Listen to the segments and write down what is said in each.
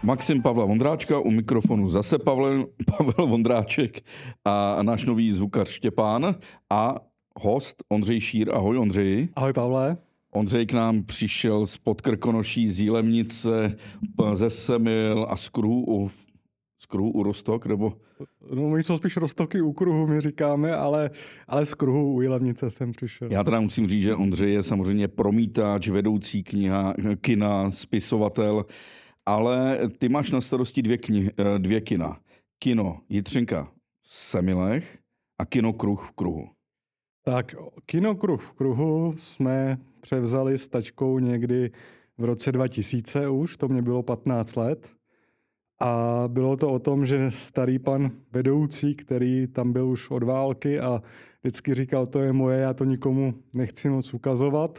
Maxim Pavla Vondráčka, u mikrofonu zase Pavel Vondráček a náš nový zvukař Štěpán a host Ondřej Šír. Ahoj Ondřeji. Ahoj Pavle. Ondřej k nám přišel z Podkrkonoší, z Jílemnice, ze Semil a z Kruhu u Roztok, nebo? No, my jsou spíš Roztoky u Kruhu, my říkáme, ale z Kruhu u Jílemnice jsem přišel. Já teda musím říct, že Ondřej je samozřejmě promítač, vedoucí kina, spisovatel, ale ty máš na starosti dvě kina. Kino Jitřenka v Semilech a kino Kruh v Kruhu. Tak, kino Kruh v Kruhu jsme převzali s tačkou někdy v roce 2000 už, to mě bylo 15 let. A bylo to o tom, že starý pan vedoucí, který tam byl už od války a vždycky říkal, to je moje, já to nikomu nechci moc ukazovat,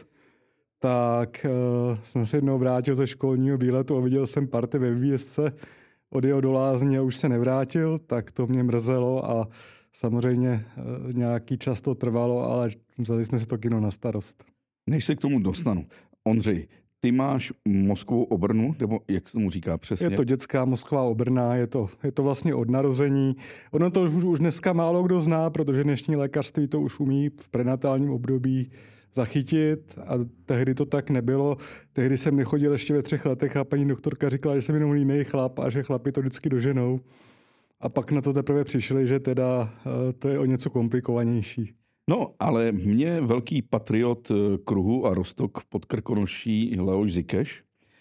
tak jsem se jednou vrátil ze školního výletu a viděl jsem party ve výjezdce, odjel do lázní a už se nevrátil, tak to mě mrzelo a samozřejmě nějaký čas to trvalo, ale vzali jsme si to kino na starost. Než se k tomu dostanu, Ondřej, ty máš mozkovou obrnu, nebo jak se tomu říká přesně? Je to dětská mozková obrna, je to vlastně od narození. Ono to už dneska málo kdo zná, protože dnešní lékařství to už umí v prenatálním období zachytit a tehdy to tak nebylo. Tehdy jsem nechodil ještě ve 3 letech a paní doktorka říkala, že jsem jenom línej chlap a že chlapi to vždycky doženou. A pak na to teprve přišli, že teda to je o něco komplikovanější. No, ale mě velký patriot Kruhu a Roztok v Podkrkonoší Leoš Zikeš.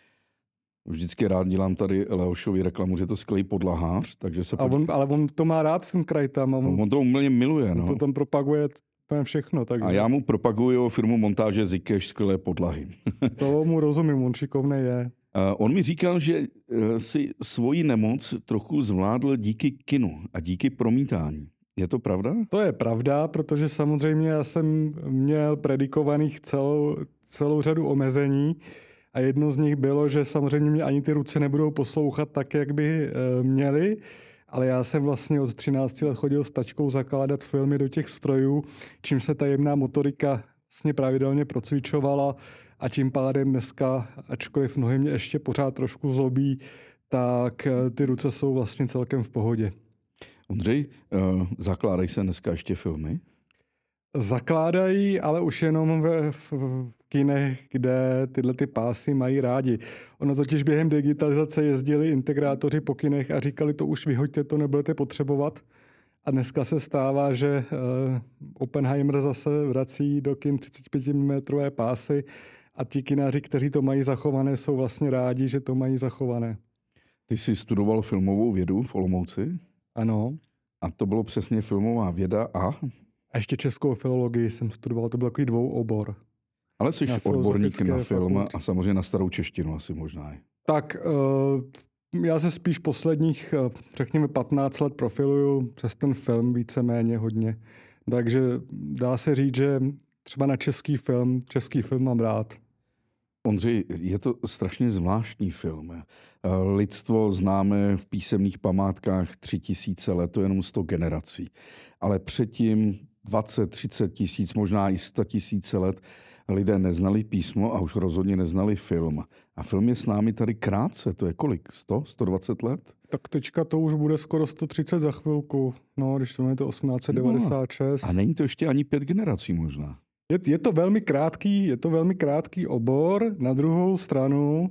Vždycky rád dělám tady Leošovi reklamu, že je to skvělý podlahář. Takže se ale on to má rád, ten kraj tam. On to úplně miluje. On to tam propaguje všechno. Takže. A já mu propaguju firmu montáže Zikeš skvělé podlahy. To mu rozumím, on šikovnej je. On mi říkal, že si svoji nemoc trochu zvládl díky kinu a díky promítání. Je to pravda? To je pravda, protože samozřejmě já jsem měl predikovaných celou řadu omezení a jedno z nich bylo, že samozřejmě mě ani ty ruce nebudou poslouchat tak, jak by měly, ale já jsem vlastně od 13 let chodil s tačkou zakládat filmy do těch strojů, čím se ta jemná motorika vlastně pravidelně procvičovala a tím pádem dneska, ačkoliv nohy mě ještě pořád trošku zlobí, tak ty ruce jsou vlastně celkem v pohodě. Ondřej, zakládají se dneska ještě filmy? Zakládají, ale už jenom v kinech, kde tyhle ty pásy mají rádi. Ono totiž během digitalizace jezdili integrátoři po kinech a říkali, to už vyhoďte, to nebudete potřebovat. A dneska se stává, že Oppenheimer zase vrací do kin 35 mm pásy a ti kináři, kteří to mají zachované, jsou vlastně rádi, že to mají zachované. Ty jsi studoval filmovou vědu v Olomouci? Ano. A to bylo přesně filmová věda a ještě českou filologii jsem studoval, to byl takový dvouobor. Ale jsi odborník na film a samozřejmě na starou češtinu asi možná. Tak já se spíš posledních, řekněme 15 let profiluju přes ten film víceméně hodně. Takže dá se říct, že třeba na český film mám rád. Ondřej, je to strašně zvláštní film. Lidstvo známe v písemných památkách 3000 let, to je jenom 100 generací. Ale předtím 20-30 tisíc, možná i 100 000 let lidé neznali písmo a už rozhodně neznali film. A film je s námi tady krátce, to je kolik? 100? 120 let? Tak teďka to už bude skoro 130 za chvilku, no, když to je to 1896. No, a není to ještě ani 5 generací možná. Je to velmi krátký obor. Na druhou stranu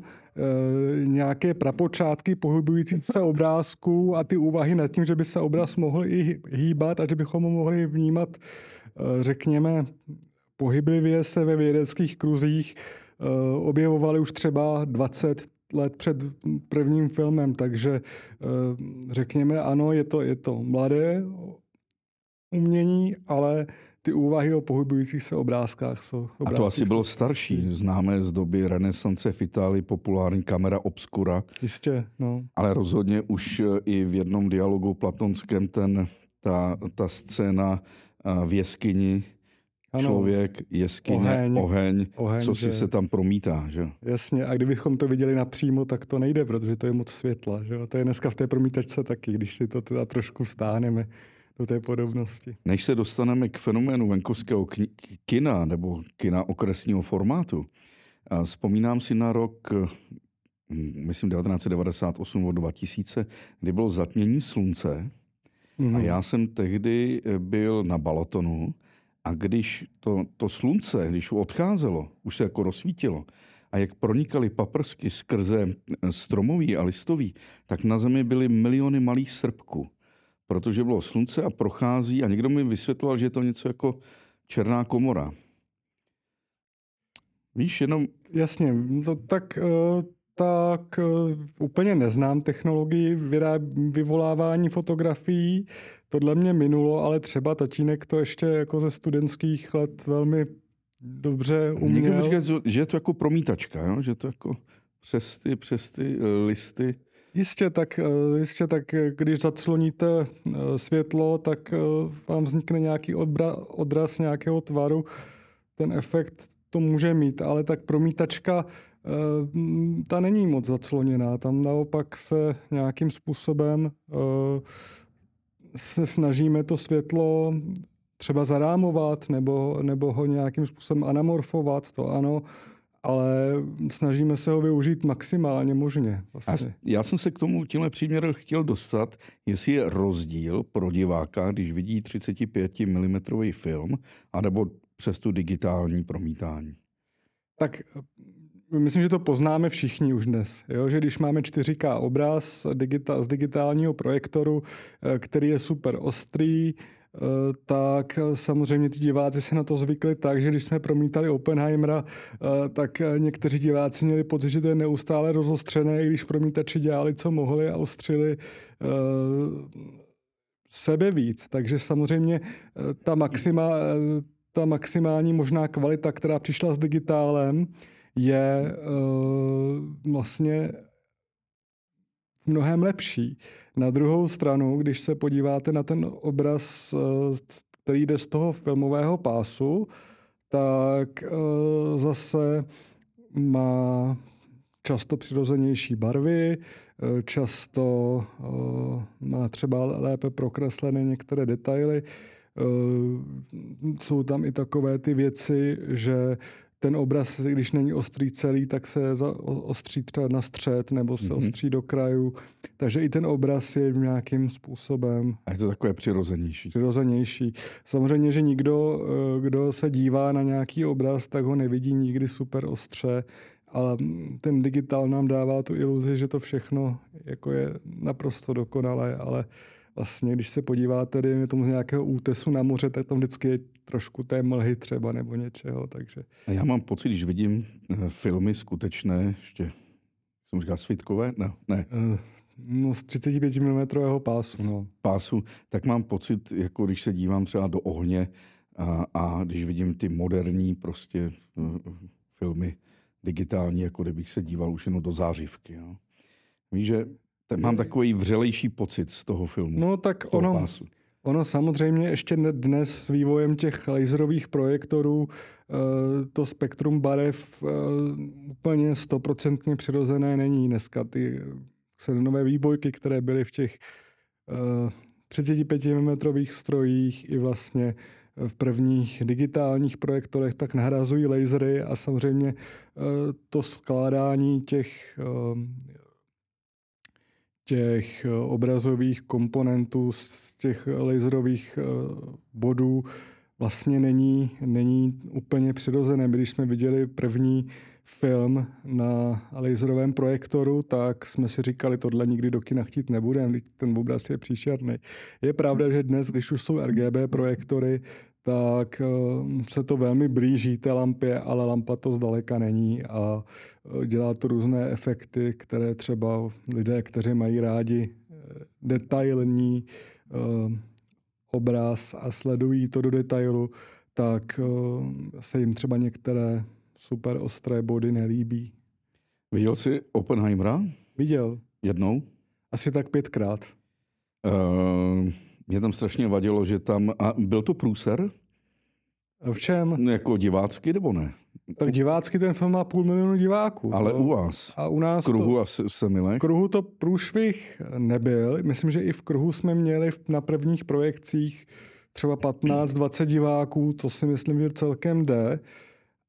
nějaké prapočátky pohybující se obrázků a ty úvahy nad tím, že by se obraz mohl i hýbat a že bychom ho mohli vnímat, řekněme, pohyblivě se ve vědeckých kruzích, objevovali už třeba 20 let před prvním filmem. Takže řekněme, ano, je to mladé umění, ale ty úvahy o pohybujících se obrázkách jsou. A to asi bylo starší. Známe z doby renesance v Itálii populární kamera obscura. Jistě, no. Ale rozhodně už i v jednom dialogu platonském ta scéna v jeskyni, ano. Člověk, jeskyně, oheň co si se tam promítá, že? Jasně, a kdybychom to viděli napřímo, tak to nejde, protože to je moc světla, že? To je dneska v té promítačce taky, když si to teda trošku stáhneme do té podobnosti. Než se dostaneme k fenoménu venkovského kina nebo kina okresního formátu, vzpomínám si na rok myslím 1998 nebo 2000, kdy bylo zatmění slunce a já jsem tehdy byl na Balatonu a když to slunce, když odcházelo, už se jako rozsvítilo a jak pronikaly paprsky skrze stromový a listový, tak na zemi byly miliony malých srpků, protože bylo slunce a prochází a někdo mi vysvětloval, že je to něco jako černá komora. Víš, jenom... Jasně, tak úplně neznám technologii vyvolávání fotografií. Tohle mě minulo, ale třeba tatínek to ještě jako ze studentských let velmi dobře uměl. Někdo mi říká, že je to jako promítačka, jo? Že to jako přes ty listy. Jistě, tak když zacloníte světlo, tak vám vznikne nějaký odraz nějakého tvaru. Ten efekt to může mít, ale tak promítačka ta není moc zacloněná. Tam naopak se nějakým způsobem se snažíme to světlo třeba zarámovat nebo ho nějakým způsobem anamorfovat, to ano, ale snažíme se ho využít maximálně možně. Vlastně. Já jsem se k tomu tímhle příměru chtěl dostat, jestli je rozdíl pro diváka, když vidí 35 mm film, anebo přes tu digitální promítání. Tak myslím, že to poznáme všichni už dnes. Jo? Že když máme 4K obraz z digitálního projektoru, který je super ostrý, tak samozřejmě ti diváci se na to zvykli tak, že když jsme promítali Oppenheimera, tak někteří diváci měli pocit, že to je neustále rozostřené, i když promítači dělali, co mohli a ostřili sebe víc. Takže samozřejmě ta maximální možná kvalita, která přišla s digitálem, je vlastně mnohem lepší. Na druhou stranu, když se podíváte na ten obraz, který jde z toho filmového pásu, tak zase má často přirozenější barvy, často má třeba lépe prokreslené některé detaily. Jsou tam i takové ty věci, že ten obraz, když není ostrý celý, tak se ostří třeba na střed nebo se ostří do kraju. Takže i ten obraz je nějakým způsobem... A je to takové přirozenější. Přirozenější. Samozřejmě, že nikdo, kdo se dívá na nějaký obraz, tak ho nevidí nikdy super ostře, ale ten digitál nám dává tu iluzi, že to všechno jako je naprosto dokonalé, ale vlastně, když se podíváte, dejme tomu z nějakého útesu na moře, tak tam vždycky je trošku té mlhy třeba nebo něčeho, takže... A já mám pocit, když vidím filmy skutečné, ještě jsem říkal svitkové? Ne. No z 35 mm pásu. No. Pásu, tak mám pocit, jako když se dívám třeba do ohně a když vidím ty moderní prostě filmy digitální, jako kdybych se díval už jenom do zářivky. Jo. Víš, že mám takový vřelejší pocit z toho filmu. No tak ono samozřejmě ještě dnes s vývojem těch laserových projektorů to spektrum barev úplně 100% přirozené není. Dneska ty xenonové výbojky, které byly v těch 35 mm strojích i vlastně v prvních digitálních projektorech, tak nahrazují lasery a samozřejmě to skládání těch obrazových komponentů z těch laserových bodů vlastně není úplně přirozené. Když jsme viděli první film na laserovém projektoru, tak jsme si říkali, tohle nikdy do kina chtít nebudeme, ten obraz je příšerný. Je pravda, že dnes, když už jsou RGB projektory, tak se to velmi blíží té lampě, ale lampa to zdaleka není a dělá to různé efekty, které třeba lidé, kteří mají rádi detailní obraz a sledují to do detailu, tak se jim třeba některé super ostré body nelíbí. Viděl jsi Oppenheimera? Viděl. Jednou? Asi tak 5krát. Mě tam strašně vadilo, že tam... A byl to průser? V čem? No, jako divácky, nebo ne? Tak divácky ten film má 500 000 diváků. Ale u vás? A u nás v Kruhu a v Semilech? V Kruhu to průšvih nebyl. Myslím, že i v Kruhu jsme měli na prvních projekcích třeba 15-20 diváků. To si myslím, že celkem jde.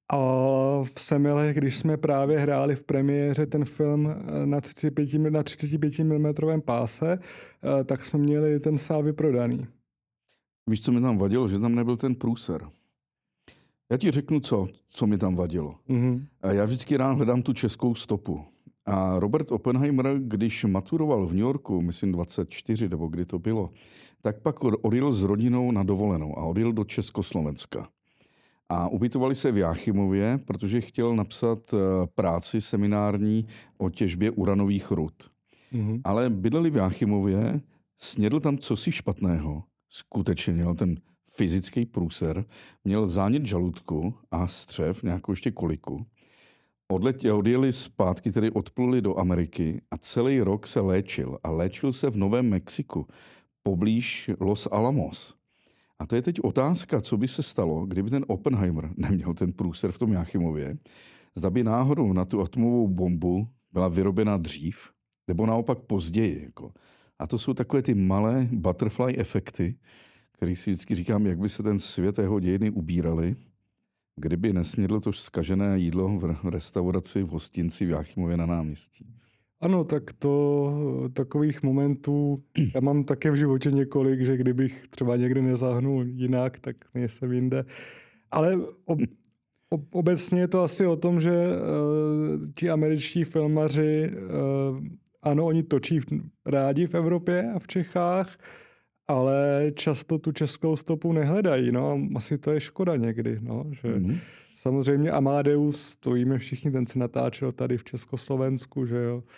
A v Semilech, když jsme právě hráli v premiéře ten film na 35 mm páse, tak jsme měli ten sál vyprodaný. Víš, co mi tam vadilo? Že tam nebyl ten průser. Já ti řeknu, co mi tam vadilo. Mm-hmm. Já vždycky rád hledám tu českou stopu. A Robert Oppenheimer, když maturoval v New Yorku, myslím 24, nebo kdy to bylo, tak pak odjel s rodinou na dovolenou a odjel do Československa. A ubytovali se v Jáchymově, protože chtěl napsat práci seminární o těžbě uranových rud. Mm-hmm. Ale bydleli v Jáchymově, snědl tam cosi špatného. Skutečně měl ten fyzický průser, měl zánět žaludku a střev, nějakou ještě koliku. Odjeli zpátky, tedy odpluli do Ameriky a celý rok se léčil. A léčil se v Novém Mexiku, poblíž Los Alamos. A to je teď otázka, co by se stalo, kdyby ten Oppenheimer neměl ten průser v tom Jáchymově, zda by náhodou na tu atomovou bombu byla vyrobena dřív, nebo naopak později. Jako. A to jsou takové ty malé butterfly efekty, který si vždycky říkám, jak by se ten svět a jeho dějiny ubíraly, kdyby nesnědl to zkažené jídlo v restauraci v hostinci v Jáchymově na náměstí. Ano, tak to takových momentů, já mám také v životě několik, že kdybych třeba někdy nezahnul jinak, tak nejsem jinde. Ale obecně je to asi o tom, že ti američtí filmaři, ano, oni točí rádi v Evropě a v Čechách, ale často tu českou stopu nehledají. No, asi to je škoda někdy, no, že samozřejmě Amadeus, to víme všichni, ten se natáčel tady v Československu, že jo.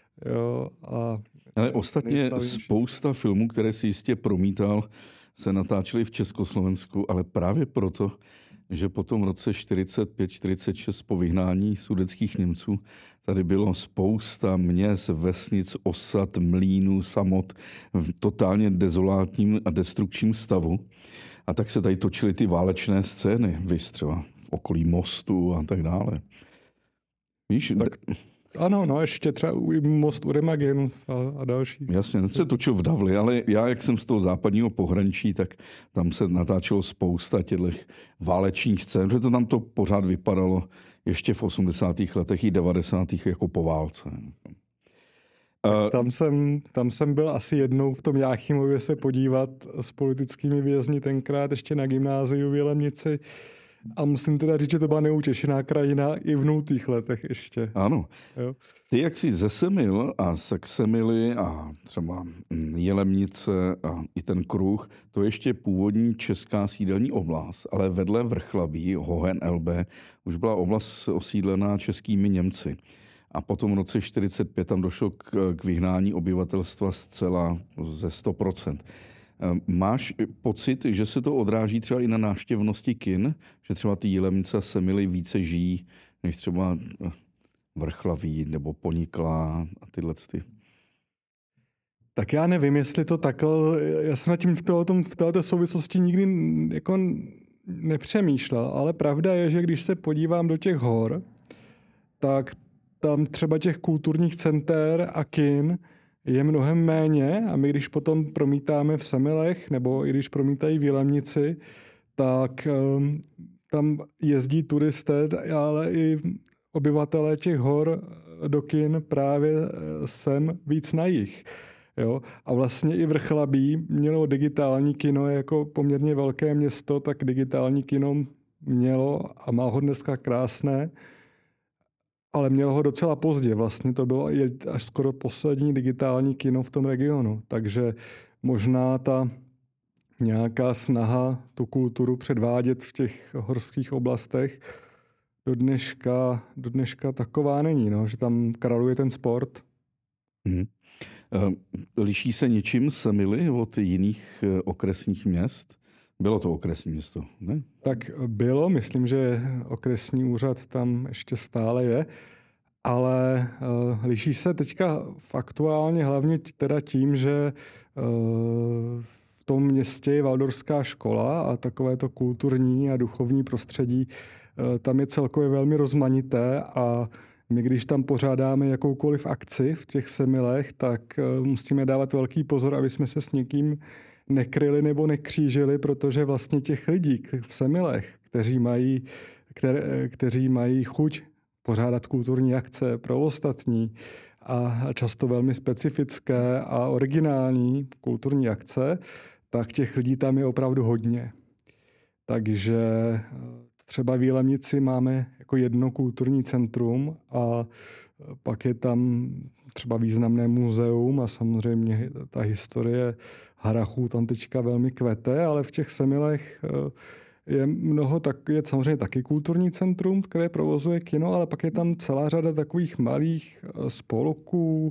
Ale ostatně spousta filmů, které si jistě promítal, se natáčely v Československu, ale právě proto, že po tom roce 45-46 po vyhnání sudetských Němců tady bylo spousta měst, vesnic, osad, mlýnů, samot v totálně dezolátním a destrukčním stavu. A tak se tady točily ty válečné scény, víš, třeba v okolí mostu a tak dále. Víš? Tak, ano, no ještě třeba most u Remagenu a další. Jasně, to se točil v Davli, ale já, jak jsem z toho západního pohraničí, tak tam se natáčelo spousta těchto válečných scén, že to tam to pořád vypadalo ještě v 80. letech i 90. jako po válce. Tam jsem byl asi jednou v tom Jáchymově se podívat s politickými vězni tenkrát ještě na gymnáziu v Jilemnici. A musím teda říct, že to byla neutěšená krajina i v 0. letech ještě. Ano. Jo. Ty, jak jsi ze Semil a Semily a třeba Jilemnice a i ten Kruh, to je ještě původní česká sídelní oblast, ale vedle Vrchlabí, Hohen, Elbe, už byla oblast osídlená českými Němci. A potom v roce 1945 tam došlo k vyhnání obyvatelstva zcela ze 100%. Máš pocit, že se to odráží třeba i na návštěvnosti kin? Že třeba ty Jilemnice a Semily více žijí, než třeba Vrchlaví nebo Ponikla a tyhle ty? Tak já nevím, jestli to takhle... Já jsem nad tím v této souvislosti nikdy jako nepřemýšlel, ale pravda je, že když se podívám do těch hor, tak tam třeba těch kulturních center a kin je mnohem méně a my, když potom promítáme v Semilech nebo i když promítají v Jilemnici, tak tam jezdí turisté, ale i obyvatelé těch hor do kin právě sem víc na jih. Jo? A vlastně i Vrchlabí mělo digitální kino jako poměrně velké město, tak digitální kino mělo a má ho dneska krásné, ale mělo ho docela pozdě. Vlastně to bylo až skoro poslední digitální kino v tom regionu. Takže možná ta nějaká snaha tu kulturu předvádět v těch horských oblastech do dneška taková není, no, že tam kraluje ten sport. Liší se něčím Semily od jiných okresních měst? Bylo to okresní město, ne? Tak bylo, myslím, že okresní úřad tam ještě stále je, ale liší se teďka aktuálně hlavně teda tím, že v tom městě je Waldorská škola a takové to kulturní a duchovní prostředí tam je celkově velmi rozmanité a my, když tam pořádáme jakoukoliv akci v těch Semilech, tak musíme dávat velký pozor, aby jsme se s někým nekryli nebo nekřížili, protože vlastně těch lidí v Semilech, kteří mají chuť pořádat kulturní akce pro ostatní a často velmi specifické a originální kulturní akce, tak těch lidí tam je opravdu hodně. Takže třeba v Jilemnici máme jako jedno kulturní centrum a pak je tam třeba významné muzeum a samozřejmě ta historie Harrachů tam teďka velmi kvete, ale v těch Semilech je samozřejmě taky kulturní centrum, které provozuje kino, ale pak je tam celá řada takových malých spolků,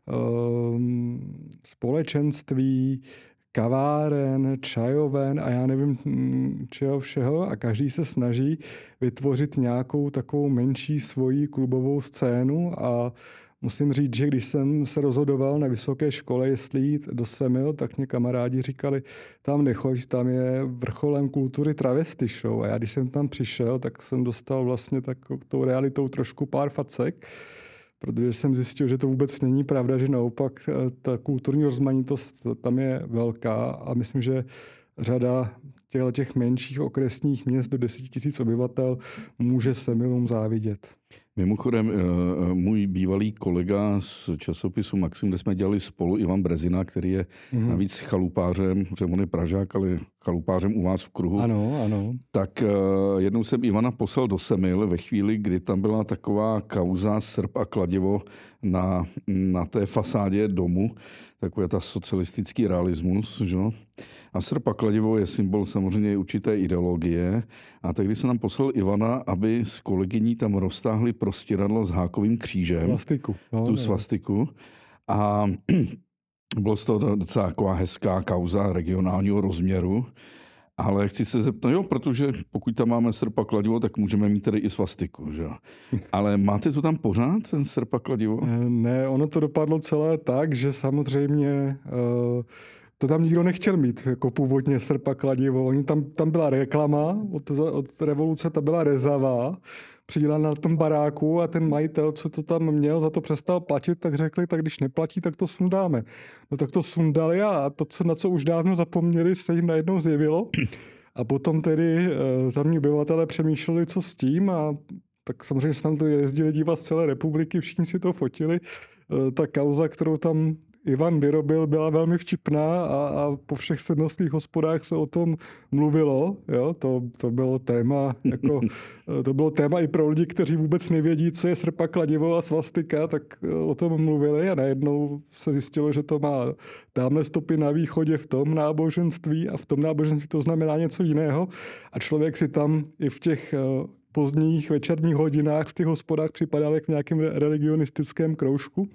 společenství, kaváren, čajoven a já nevím čeho všeho a každý se snaží vytvořit nějakou takovou menší svoji klubovou scénu a musím říct, že když jsem se rozhodoval na vysoké škole, jestli jít do Semil, tak mě kamarádi říkali, tam nechoď, tam je vrcholem kultury travesty show. A já když jsem tam přišel, tak jsem dostal vlastně tou realitou trošku pár facek, protože jsem zjistil, že to vůbec není pravda, že naopak ta kulturní rozmanitost tam je velká a myslím, že řada těch menších okresních měst do 10 000 obyvatel může Semilům závidět. Mimochodem, můj bývalý kolega z časopisu Maxim, kde jsme dělali spolu, Ivan Brezina, který je navíc chalupářem, protože on je Pražák, ale chalupářem u vás v Kruhu. Ano. Tak jednou jsem Ivana poslal do Semil ve chvíli, kdy tam byla taková kauza srp a kladivo na té fasádě domu, takový ta socialistický realismus, že? A srp a kladivo je symbol samozřejmě určité ideologie. A tehdy se nám poslal Ivana, aby s kolegyní tam roztáhli prostěradlo s hákovým křížem. Svastiku. Tu svastiku. A bylo z toho docela taková hezká kauza regionálního rozměru. Ale chci se zeptat, protože pokud tam máme srp a kladivo, tak můžeme mít tedy i svastiku. Že? Ale máte to tam pořád, ten srp a kladivo? Ne, ono to dopadlo celé tak, že samozřejmě to tam nikdo nechtěl mít, jako původně srp a kladivo. Tam byla reklama, od revoluce ta byla rezavá, přidělaná na tom baráku a ten majitel, co to tam měl, za to přestal platit, tak řekli, tak když neplatí, tak to sundáme. No tak to sundali a to, na co už dávno zapomněli, se jim najednou zjevilo. A potom tedy tamní obyvatelé přemýšleli, co s tím a tak samozřejmě se tam to jezdili dívat z celé republiky, všichni si to fotili. Ta kauza, kterou tam Ivan vyrobil, byla velmi vtipná a po všech sednovských hospodách se o tom mluvilo. Jo? To bylo téma, to bylo téma i pro lidi, kteří vůbec nevědí, co je srp a kladivo a svastika, tak o tom mluvili a najednou se zjistilo, že to má tamhle stopy na východě v tom náboženství a v tom náboženství to znamená něco jiného a člověk si tam i v těch pozdních večerních hodinách v těch hospodách připadal jak v nějakém religionistickém kroužku.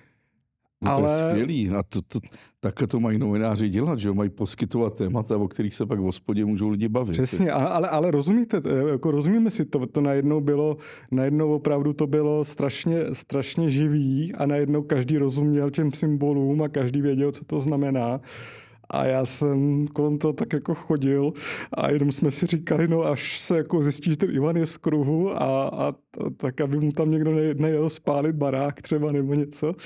No to je skvělý. A takhle to mají novináři dělat, že mají poskytovat témata, o kterých se pak v hospodě můžou lidi bavit. Přesně, ale rozumíte, jako rozumíme si to najednou opravdu to bylo strašně živý a najednou každý rozuměl těm symbolům a každý věděl, co to znamená. A já jsem kolem toho tak jako chodil a jenom jsme si říkali, no až se jako zjistí, že ten Ivan je z Kruhu a tak, aby mu tam někdo nejel spálit barák třeba nebo něco.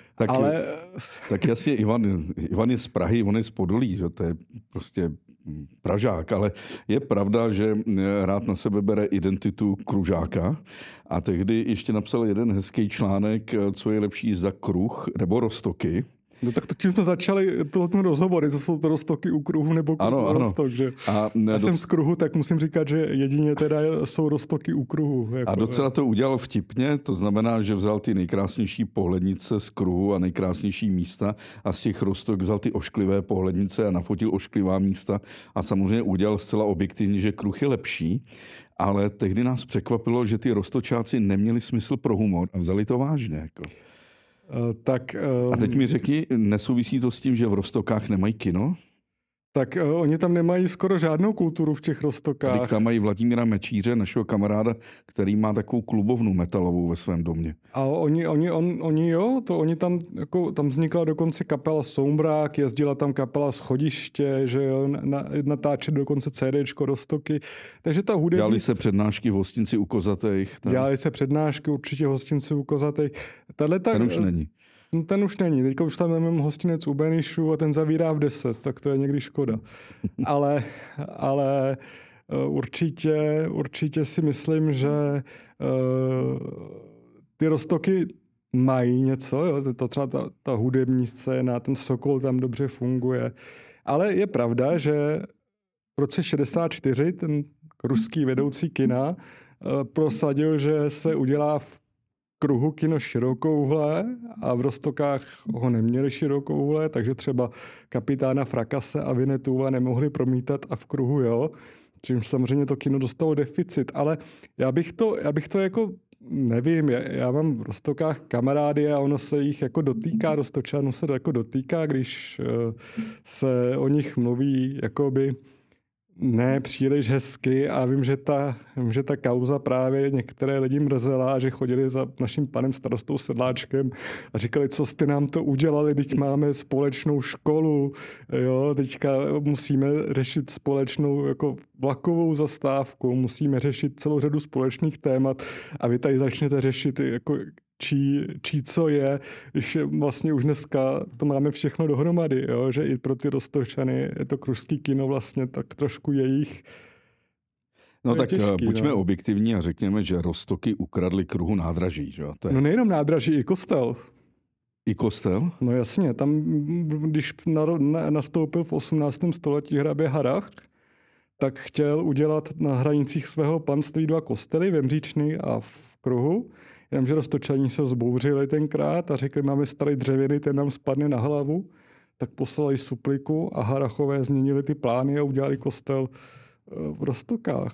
Tak jasně, Ivan je z Prahy, on je z Podolí, že? To je prostě Pražák, ale je pravda, že rád na sebe bere identitu Kružáka a tehdy ještě napsal jeden hezký článek, co je lepší, zda Kruh nebo Roztoky. No tak tím jsme začali tohle rozhovory, co jsou to Roztoky u Kruhu nebo Roztok, že? Já jsem z Kruhu, tak musím říkat, že jedině teda jsou Roztoky u Kruhu. A docela to udělal vtipně, to znamená, že vzal ty nejkrásnější pohlednice z Kruhu a nejkrásnější místa a z těch Roztok vzal ty ošklivé pohlednice a nafotil ošklivá místa a samozřejmě udělal zcela objektivně, že Kruh je lepší, ale tehdy nás překvapilo, že ty Roztočáci neměli smysl pro humor a vzali to vážně. Jako. A teď mi řekni, nesouvisí to s tím, že v Roztokách nemají kino? Tak oni tam nemají skoro žádnou kulturu v těch Roztokách. Teď tam mají Vladimíra Mečíře, našeho kamaráda, který má takovou klubovnu metalovou ve svém domě. A oni tam, jako, tam vznikla dokonce kapela Soumrák, jezdila tam kapela Schodiště, že jo, natáčet dokonce CDčko Roztoky. Takže ta hudební... Dělali se přednášky v hostinci u Kozatejch. Dělali se přednášky určitě v hostinci u Kozatejch. Ten už není. Ten už není. Teďka už tam máme hostinec u Benišu a ten zavírá v 10, tak to je někdy škoda. Ale určitě si myslím, že ty Roztoky mají něco, jo? To třeba ta hudební scéna, ten Sokol tam dobře funguje. Ale je pravda, že v roce 64 ten ruský vedoucí kina prosadil, že se udělá v Kruhu kino širokouhlé a v Roztokách ho neměli širokouhlé, takže třeba Kapitána Frakase a Vinetuva nemohli promítat a v Kruhu jo, čímž samozřejmě to kino dostalo deficit. Ale já bych to jako nevím, já mám v Roztokách kamarády a ono se jich jako dotýká, Roztočanů se to jako dotýká, když se o nich mluví jakoby ne příliš hezky a vím, že ta kauza právě některé lidi mrzela, že chodili za naším panem starostou Sedláčkem a říkali, co jste nám to udělali, teď máme společnou školu, jo, teďka musíme řešit společnou jako vlakovou zastávku, musíme řešit celou řadu společných témat a vy tady začnete řešit jako čí co je, když vlastně už dneska to máme všechno dohromady, jo? Že i pro ty Roztočany je to kružský kino vlastně tak trošku jejich. No tak těžký, buďme objektivní a řekněme, že Roztoky ukradly Kruhu nádraží. Že? To je... No nejenom nádraží, i kostel. I kostel? No jasně, tam když nastoupil v 18. století hrabě Harrach, tak chtěl udělat na hranicích svého panství 2 kostely, v Mříčný a v Kruhu. Jenomže Roztočaní se zbouřili tenkrát a řekli, máme starý dřevěný, ten nám spadne na hlavu. Tak poslali supliku a Harrachové změnili ty plány a udělali kostel v Roztokách.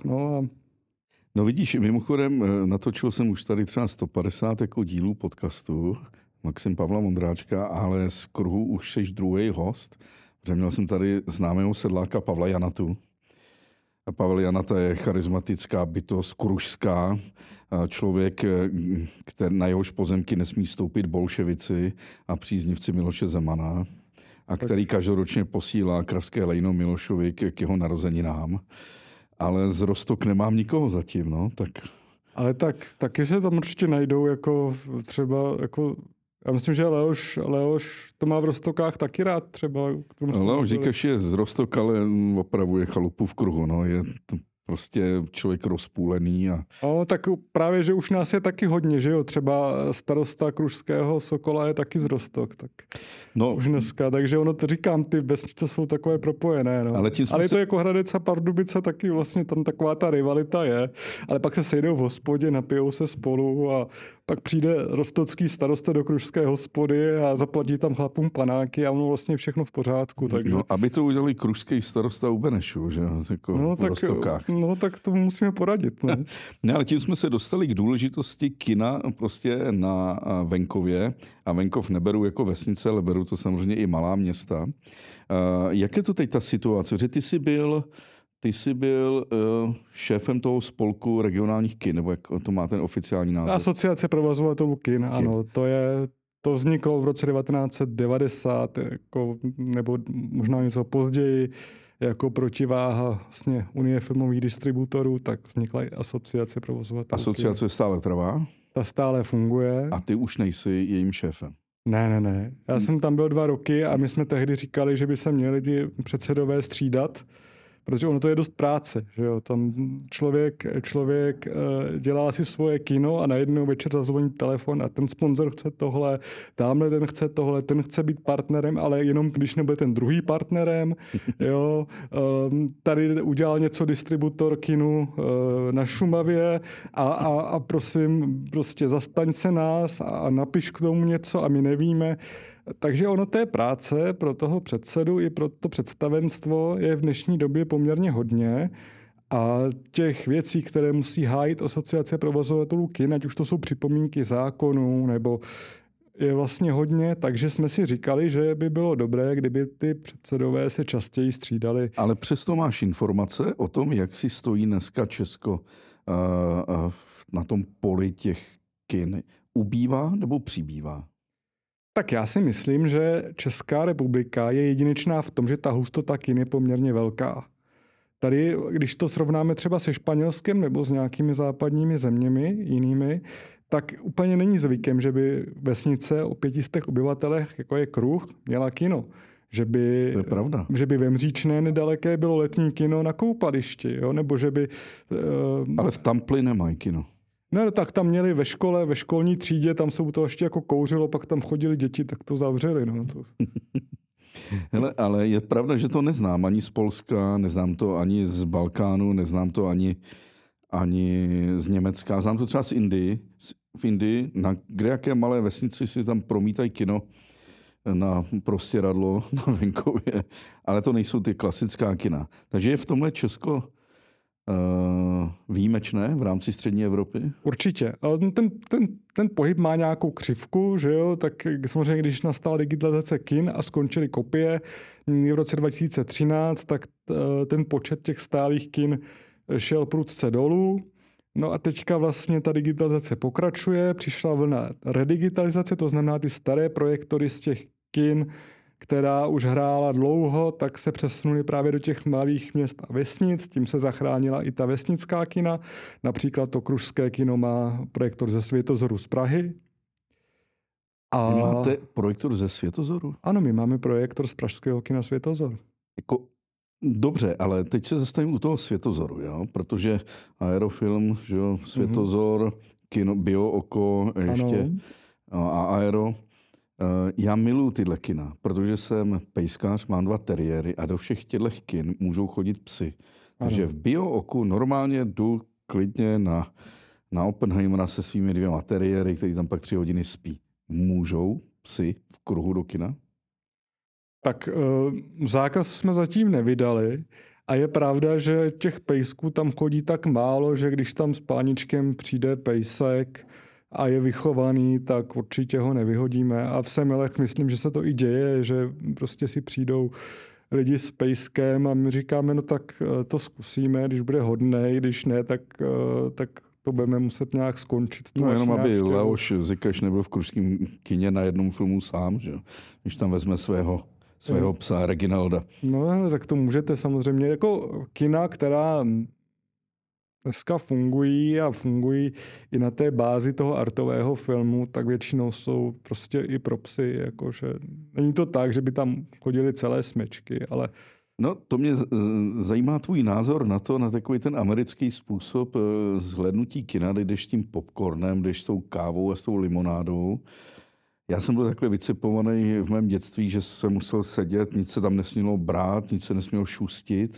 No vidíš, mimochodem natočil jsem už tady třeba 150 jako dílů podcastu Maxim Pavla Vondráčka, ale z Kruhu už jsi druhý host. Protože měl jsem tady známého sedláka Pavla Janatu. A Pavel Janata je charismatická bytost, krušská, člověk, na jehož pozemky nesmí stoupit bolševici a příznivci Miloše Zemana, a který každoročně posílá kravské lejno Milošovi k jeho narozeninám. Ale z Roztok nemám nikoho zatím, no, tak... Ale taky se tam určitě najdou jako třeba jako... Já myslím, že Leoš to má v Roztokách taky rád třeba. Leoš Zikaš je z Roztok, ale opravuje chalupu v Kruhu. No. Je to prostě člověk rozpůlený. No, tak právě, že už nás je taky hodně, že jo? Třeba starosta krušského Sokola je taky z Roztok. Tak no, už dneska, takže ono to říkám, ty vesnice jsou takové propojené. No. Ale to jako Hradec a Pardubice taky vlastně tam taková ta rivalita je. Ale pak se sejdou v hospodě, napijou se spolu a pak přijde roztocký starosta do krušské hospody a zaplatí tam chlapům panáky a ono vlastně všechno v pořádku. Takže... No, aby to udělali krušský starosta u Benešu, že jako no, v Roztokách. No tak to musíme poradit. No. Ne, ale tím jsme se dostali k důležitosti kina prostě na venkově. A venkov neberu jako vesnice, ale beru to samozřejmě i malá města. Jak je to teď ta situace? Že ty jsi byl šéfem toho spolku regionálních kin, nebo jak to má ten oficiální název? Asociace provozovatelů kin, ano. To vzniklo v roce 1990, jako, nebo možná něco později, jako protiváha vlastně Unie filmových distributorů, tak vznikla i asociace provozovatelů. Asociace stále trvá? Ta stále funguje. A ty už nejsi jejím šéfem? Ne. Já jsem tam byl 2 roky a my jsme tehdy říkali, že by se měli ty předsedové střídat, protože ono to je dost práce, že jo. Tam člověk dělá si svoje kino a najednou večer zazvoní telefon a ten sponzor chce tohle, tamhle ten chce tohle, ten chce být partnerem, ale jenom když nebude ten druhý partnerem, jo. Tady udělal něco distributor kinu na Šumavě a prosím, prostě zastaň se nás a napiš k tomu něco a my nevíme. Takže ono té práce pro toho předsedu i pro to představenstvo je v dnešní době poměrně hodně a těch věcí, které musí hájit asociace provozovatelů kin, ať už to jsou připomínky zákonů nebo je vlastně hodně, takže jsme si říkali, že by bylo dobré, kdyby ty předsedové se častěji střídali. Ale přesto máš informace o tom, jak si stojí dneska Česko na tom poli těch kin. Ubývá nebo přibývá? Tak já si myslím, že Česká republika je jedinečná v tom, že ta hustota kin je poměrně velká. Tady, když to srovnáme třeba se Španělskem nebo s nějakými západními zeměmi jinými, tak úplně není zvykem, že by vesnice o 500 obyvatelech, jako je Kruh, měla kino. To je pravda. Že by ve Mříčné nedaleké bylo letní kino na koupališti, jo? Nebo že by... Ale v Tampli nemají kino. No tak tam měli ve škole, ve školní třídě, tam se u toho ještě jako kouřilo, pak tam chodili děti, tak to zavřeli. No. Hele, ale je pravda, že to neznám ani z Polska, neznám to ani z Balkánu, neznám to ani z Německa. Znám to třeba z Indii. V Indii, na kdejaké malé vesnici si tam promítají kino na prostěradlo na venkově, ale to nejsou ty klasická kina. Takže je v tomhle Česko výjimečné v rámci střední Evropy? Určitě. Ale ten pohyb má nějakou křivku, že jo? Tak samozřejmě, když nastala digitalizace kin a skončily kopie v roce 2013, tak ten počet těch stálých kin šel prudce dolů. No a teďka vlastně ta digitalizace pokračuje, přišla vlna redigitalizace, to znamená ty staré projektory z těch kin, která už hrála dlouho, tak se přesunuli právě do těch malých měst a vesnic, tím se zachránila i ta vesnická kina. Například to Krušské kino má projektor ze Světozoru z Prahy. A... Vy máte projektor ze Světozoru? Ano, my máme projektor z pražského kina Světozor. Dobře, ale teď se zastavím u toho Světozoru, jo? Protože Aerofilm, že jo? Světozor, kino, Bio Oko ještě a Aero. Já miluji tyhle kina, protože jsem pejskař, mám 2 teriéry a do všech těchto kin můžou chodit psy. Takže v Bio Oku normálně jdu klidně na Oppenheimera se svými 2 teriéry, který tam pak 3 hodiny spí. Můžou psy v kruhu do kina? Tak zákaz jsme zatím nevydali a je pravda, že těch pejsků tam chodí tak málo, že když tam s páničkem přijde pejsek a je vychovaný, tak určitě ho nevyhodíme. A v Semilech myslím, že se to i děje, že prostě si přijdou lidi s pejskem a my říkáme, no tak to zkusíme, když bude hodnej, když ne, tak to budeme muset nějak skončit. No jenom aby Leoš Zikeš nebyl v krušském kině na jednom filmu sám, že? Když tam vezme svého psa Reginalda. No tak to můžete samozřejmě. Jako kina, která dneska fungují a fungují i na té bázi toho artového filmu, tak většinou jsou prostě i pro psy. Jakože není to tak, že by tam chodili celé smečky, ale... No, to mě zajímá tvůj názor na to, na takový ten americký způsob zhlédnutí kina, kdy jdeš s tím popcornem, jdeš s tou kávou a s tou limonádou. Já jsem byl takhle vycepovaný v mém dětství, že jsem musel sedět, nic se tam nesmělo brát, nic se nesmělo šustit.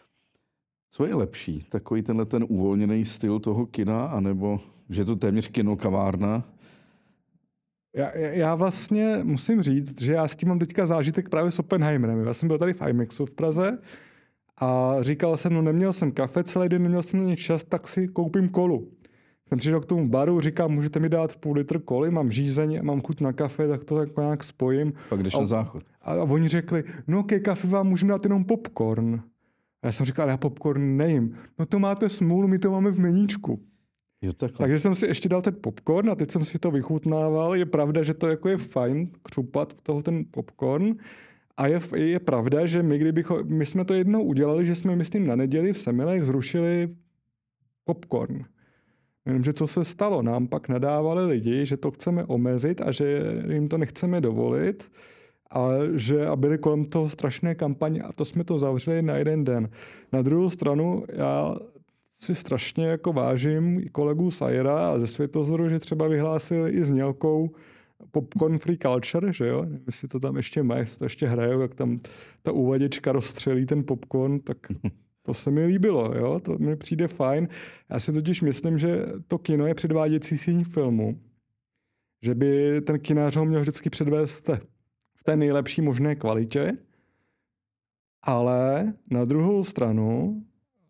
Co je lepší? Takový ten uvolněný styl toho kina, anebo že je to téměř kinokavárna? Já vlastně musím říct, že já s tím mám teďka zážitek právě s Oppenheimerem. Já jsem byl tady v IMAXu v Praze a říkal jsem, no neměl jsem kafe celý den, neměl jsem na ně čas, tak si koupím kolu. Jsem přišel k tomu baru, říkám, můžete mi dát půl litr koly, mám žízeň a mám chuť na kafe, tak to jako nějak spojím. Pak jdeš na záchod. A oni řekli, no ke kafe vám můžeme dát jenom popcorn. A já jsem říkal, ale já popcorn nejím. No to máte smůlu, my to máme v meníčku. Takže jsem si ještě dal ten popcorn a teď jsem si to vychutnával. Je pravda, že to jako je fajn křupat toho ten popcorn. A je pravda, že my jsme to jednou udělali, že jsme, myslím, na neděli v Semilech zrušili popcorn. Jenomže co se stalo? Nám pak nadávali lidi, že to chceme omezit a že jim to nechceme dovolit. A byly kolem toho strašné kampaně a to jsme to zavřeli na jeden den. Na druhou stranu já si strašně jako vážím kolegů Sajera a ze Světozoru, že třeba vyhlásili i znělkou Popcorn Free Culture, že jo? Nevím, jestli to tam ještě mají, jestli to ještě hrajou, jak tam ta uvaděčka rozstřelí ten popcorn, tak to se mi líbilo, jo? To mi přijde fajn. Já si totiž myslím, že to kino je předváděcí síň filmu, že by ten kinář ho měl vždycky předvést v té nejlepší možné kvalitě, ale na druhou stranu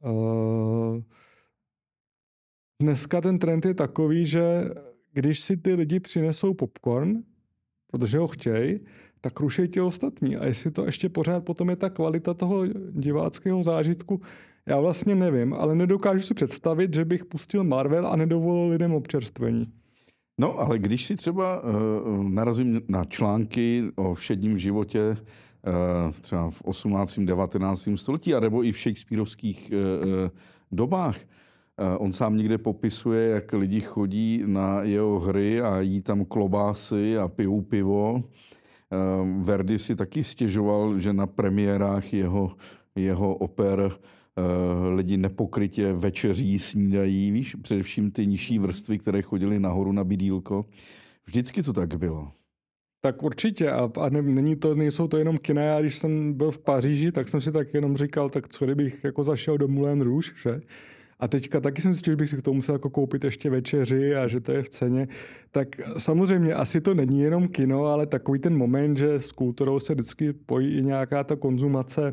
dneska ten trend je takový, že když si ty lidi přinesou popcorn, protože ho chtějí, tak rušej ti ostatní. A jestli to ještě pořád potom je ta kvalita toho diváckého zážitku, já vlastně nevím, ale nedokážu si představit, že bych pustil Marvel a nedovolil lidem občerstvení. No, ale když si třeba narazím na články o všedním životě třeba v 18. 19. století, anebo i v shakespearovských dobách, on sám někde popisuje, jak lidi chodí na jeho hry a jí tam klobásy a pijou pivo, Verdi si taky stěžoval, že na premiérách jeho oper lidi nepokrytě večeří, snídají, víš, především ty nižší vrstvy, které chodily nahoru na bydýlko. Vždycky to tak bylo. Tak určitě a nejsou to jenom kina. Já když jsem byl v Paříži, tak jsem si tak jenom říkal, tak co kdybych jako zašel do Moulin Rouge, že? A teďka taky jsem si říkal, že bych si k tomu musel jako koupit ještě večeři a že to je v ceně. Tak samozřejmě asi to není jenom kino, ale takový ten moment, že s kulturou se vždycky pojí i nějaká ta konzumace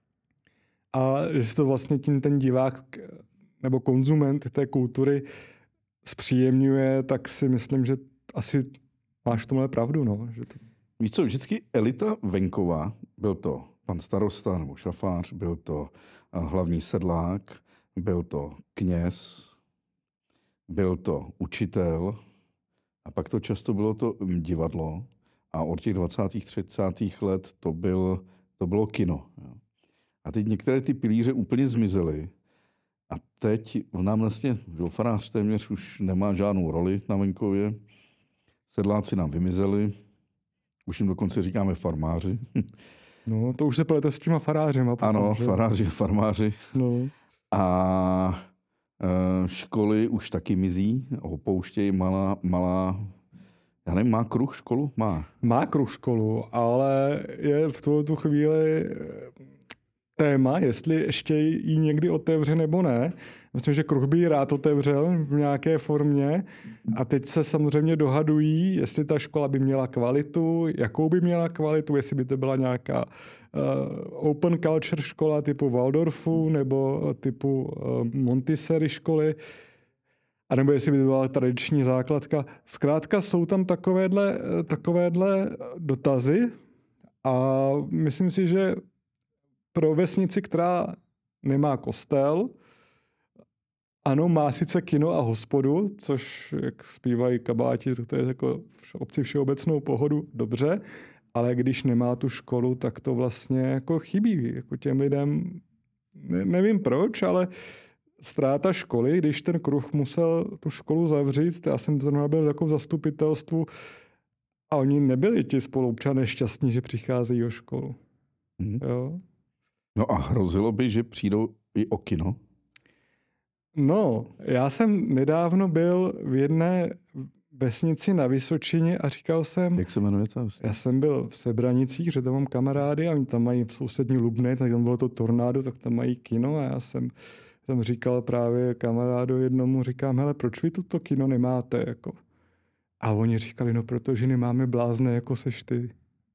a že si to vlastně tím ten divák nebo konzument té kultury zpříjemňuje, tak si myslím, že asi máš v tomhle pravdu. No. Že to... Víš co, vždycky elita venková, byl to pan starosta nebo šafář, byl to hlavní sedlák, byl to kněz, byl to učitel a pak to často bylo to divadlo a od těch 20. 30. let to bylo kino. A teď některé ty pilíře úplně zmizely a teď nám vlastně farář téměř už nemá žádnou roli na venkově, sedláci nám vymizeli, už jim dokonce říkáme farmáři. No, to už se plete s těma farářima. Potom, ano, že? faráři a farmáři. No. A školy už taky mizí, opouštějí malá, já nevím, má kruh školu? Má kruh školu, ale je v tu chvíli téma, jestli ještě ji někdy otevře nebo ne. Myslím, že kruh by ji rád otevřel v nějaké formě a teď se samozřejmě dohadují, jestli ta škola by měla kvalitu, jakou by měla kvalitu, jestli by to byla nějaká open culture škola typu Waldorfu nebo typu Montessori školy, anebo jestli by to byla tradiční základka. Zkrátka jsou tam takovéhle dotazy a myslím si, že pro vesnici, která nemá kostel, ano, má sice kino a hospodu, což, jak zpívají kabáti, to je jako v obci všeobecnou pohodu, dobře, ale když nemá tu školu, tak to vlastně jako chybí. Jako těm lidem, nevím proč, ale ztráta školy, když ten kruh musel tu školu zavřít, já jsem zrovna byl jako v zastupitelstvu a oni nebyli ti spoluobčané šťastní, že přicházejí o školu. Jo? No a hrozilo by, že přijdou i o kino? No, já jsem nedávno byl v jedné vesnici na Vysočině a říkal jsem... Jak se jmenuje ta vesnice? Já jsem byl v Sebranicích, že tam mám kamarády a oni tam mají v sousední Lubné, tak tam bylo to tornádo, tak tam mají kino a já jsem tam říkal právě kamarádu jednomu, říkám, hele, proč vy tuto kino nemáte? Jako? A oni říkali, no protože nemáme blázne, jako seš ty.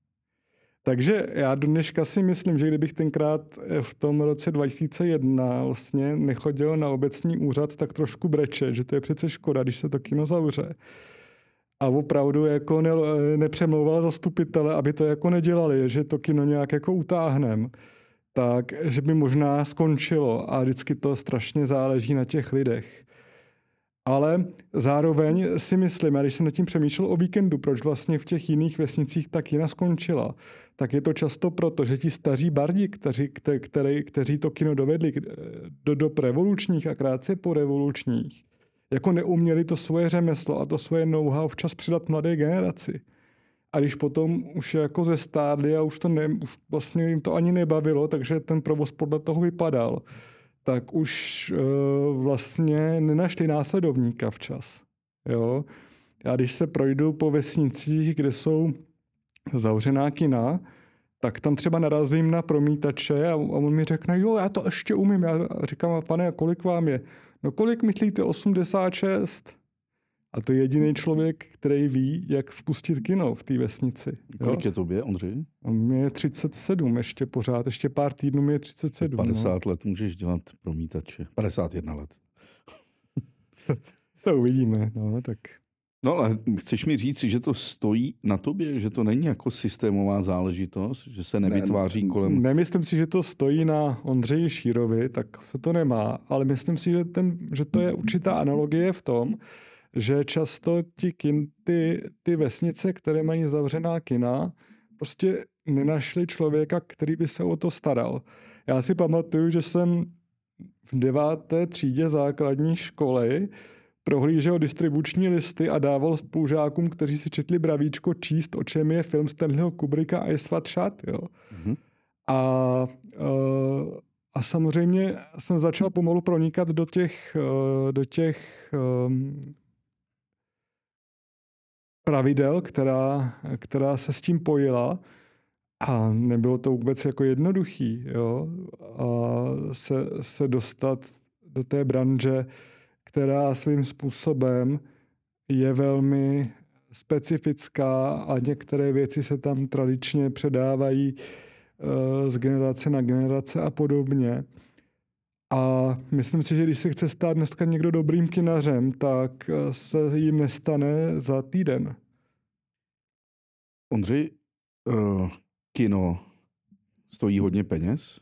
Takže já do dneška si myslím, že kdybych tenkrát v tom roce 2001 vlastně nechodil na obecní úřad, tak trošku breče, že to je přece škoda, když se to kino zavře. A opravdu jako nepřemlouval zastupitele, aby to jako nedělali, že to kino nějak jako utáhnem, tak že by možná skončilo a vždycky to strašně záleží na těch lidech. Ale zároveň si myslím, a když jsem nad tím přemýšlel o víkendu, proč vlastně v těch jiných vesnicích ta kina skončila, tak je to často proto, že ti staří bardi, kteří to kino dovedli do dob revolučních a krátce po revolučních, jako neuměli to svoje řemeslo a to svoje know-how včas přidat mladé generaci. A když potom už jako zestárli a už vlastně jim to ani nebavilo, takže ten provoz podle toho vypadal, tak už vlastně nenašli následovníka včas. Jo? Já když se projdu po vesnicích, kde jsou zavřená kina, tak tam třeba narazím na promítače a on mi řekne, jo, já to ještě umím. Já říkám, pane, kolik vám je? No kolik myslíte? 86. A to je jediný člověk, který ví, jak spustit kino v té vesnici. Kolik je tobě, Ondřej? Mě je 37 ještě pořád. Ještě pár týdnů mi je 37. 50 let můžeš dělat promítače. 51 let. To uvidíme, no tak... No ale chceš mi říct, že to stojí na tobě, že to není jako systémová záležitost, že se nevytváří kolem... Nemyslím si, že to stojí na Ondřeji Šírovi, tak se to nemá, ale myslím si, že to je určitá analogie v tom, že často ty vesnice, které mají zavřená kina, prostě nenašli člověka, který by se o to staral. Já si pamatuju, že jsem v 9. třídě základní školy prohlížel distribuční listy a dával spolužákům, kteří si četli Bravíčko, číst, o čem je film Stanleyho Kubricka a Ice White Shut. Jo. Mm-hmm. A samozřejmě jsem začal pomalu pronikat do těch pravidel, která se s tím pojila. A nebylo to vůbec jako jednoduchý. Jo. A se dostat do té branže, která svým způsobem je velmi specifická a některé věci se tam tradičně předávají z generace na generace a podobně. A myslím si, že když se chce stát dneska někdo dobrým kinařem, tak se jim nestane za týden. Ondřej, kino stojí hodně peněz?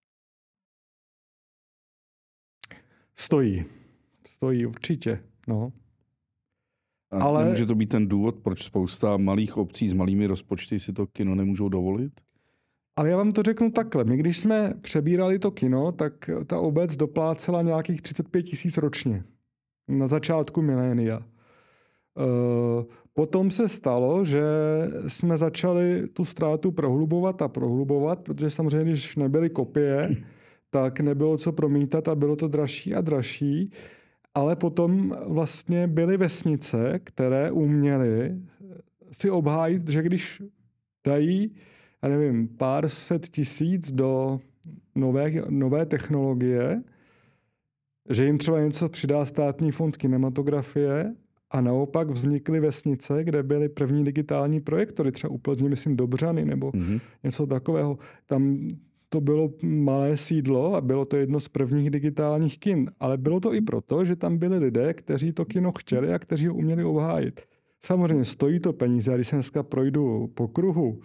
Stojí určitě, no. Ale nemůže to být ten důvod, proč spousta malých obcí s malými rozpočty si to kino nemůžou dovolit? Ale já vám to řeknu takhle. My, když jsme přebírali to kino, tak ta obec doplácela nějakých 35 000 ročně. Na začátku milénia. Potom se stalo, že jsme začali tu ztrátu prohlubovat, protože samozřejmě, když nebyly kopie, tak nebylo co promítat a bylo to dražší a dražší. Ale potom vlastně byly vesnice, které uměly si obhájit, že když dají, já nevím, pár set tisíc do nové technologie, že jim třeba něco přidá Státní fond kinematografie a naopak vznikly vesnice, kde byly první digitální projektory, třeba u Plzně, myslím, Dobřany nebo něco takového. Tam to bylo malé sídlo a bylo to jedno z prvních digitálních kin. Ale bylo to i proto, že tam byli lidé, kteří to kino chtěli a kteří ho uměli obhájit. Samozřejmě stojí to peníze, a když se dneska projdu po kruhu,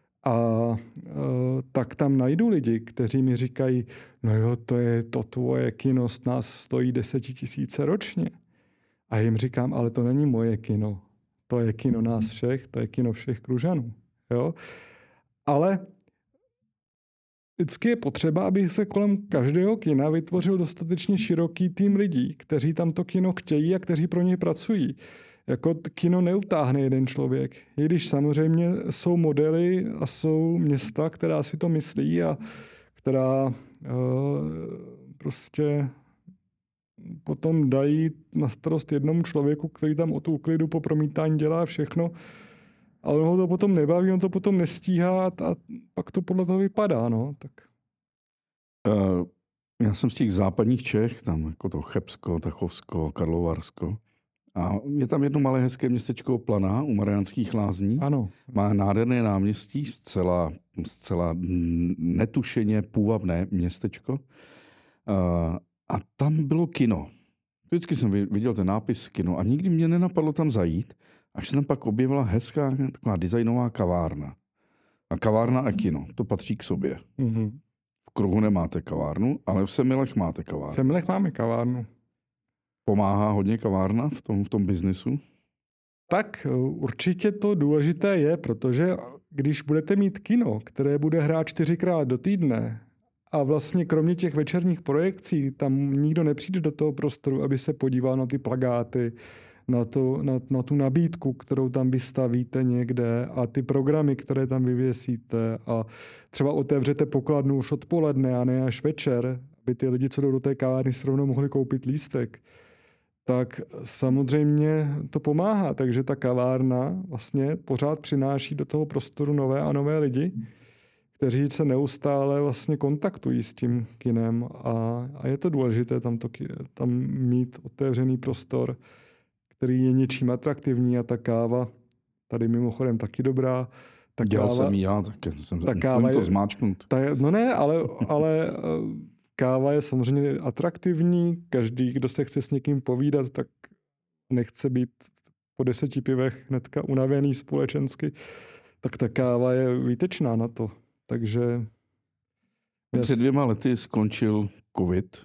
tak tam najdu lidi, kteří mi říkají, no jo, to tvoje kino z nás stojí 10 000 ročně. A jim říkám, ale to není moje kino. To je kino nás všech, to je kino všech Kružanů. Jo? Ale vždycky je potřeba, aby se kolem každého kina vytvořil dostatečně široký tým lidí, kteří tam to kino chtějí a kteří pro něj pracují. Jako kino neutáhne jeden člověk. I když samozřejmě jsou modely a jsou města, která si to myslí a která prostě potom dají na starost jednomu člověku, který tam o tu úklidu po promítání dělá všechno, ale on ho to potom nebaví, on to potom nestíhá a pak to podle toho vypadá. No. Tak. Já jsem z těch západních Čech, tam jako to Chebsko, Tachovsko, Karlovarsko. A je tam jedno malé hezké městečko Planá u Mariánských Lázní. Ano. Má nádherné náměstí, zcela netušeně půvabné městečko. A tam bylo kino. Vždycky jsem viděl ten nápis kino a nikdy mě nenapadlo tam zajít, až se tam pak objevila hezká taková designová kavárna. A kavárna a kino, to patří k sobě. Mm-hmm. V Kruhu nemáte kavárnu, ale v Semilech máte kavárnu. V Semilech máme kavárnu. Pomáhá hodně kavárna v tom biznisu? Tak určitě to důležité je, protože když budete mít kino, které bude hrát 4krát do týdne a vlastně kromě těch večerních projekcí tam nikdo nepřijde do toho prostoru, aby se podíval na ty plakáty, na tu nabídku, kterou tam vystavíte někde a ty programy, které tam vyvěsíte a třeba otevřete pokladnu už odpoledne a ne až večer, aby ty lidi, co jdou do té kavárny, se rovnou mohli koupit lístek, tak samozřejmě to pomáhá. Takže ta kavárna vlastně pořád přináší do toho prostoru nové a nové lidi, kteří se neustále vlastně kontaktují s tím kinem a je to důležité tam mít otevřený prostor, který je něčím atraktivní a ta káva, tady mimochodem taky dobrá. Dělal jsem ji já, tak jsem to zmáčknut. No ne, ale káva je samozřejmě atraktivní. Každý, kdo se chce s někým povídat, tak nechce být po 10 pivech hnedka unavený společensky, tak ta káva je výtečná na to. Takže... Před 2 lety skončil covid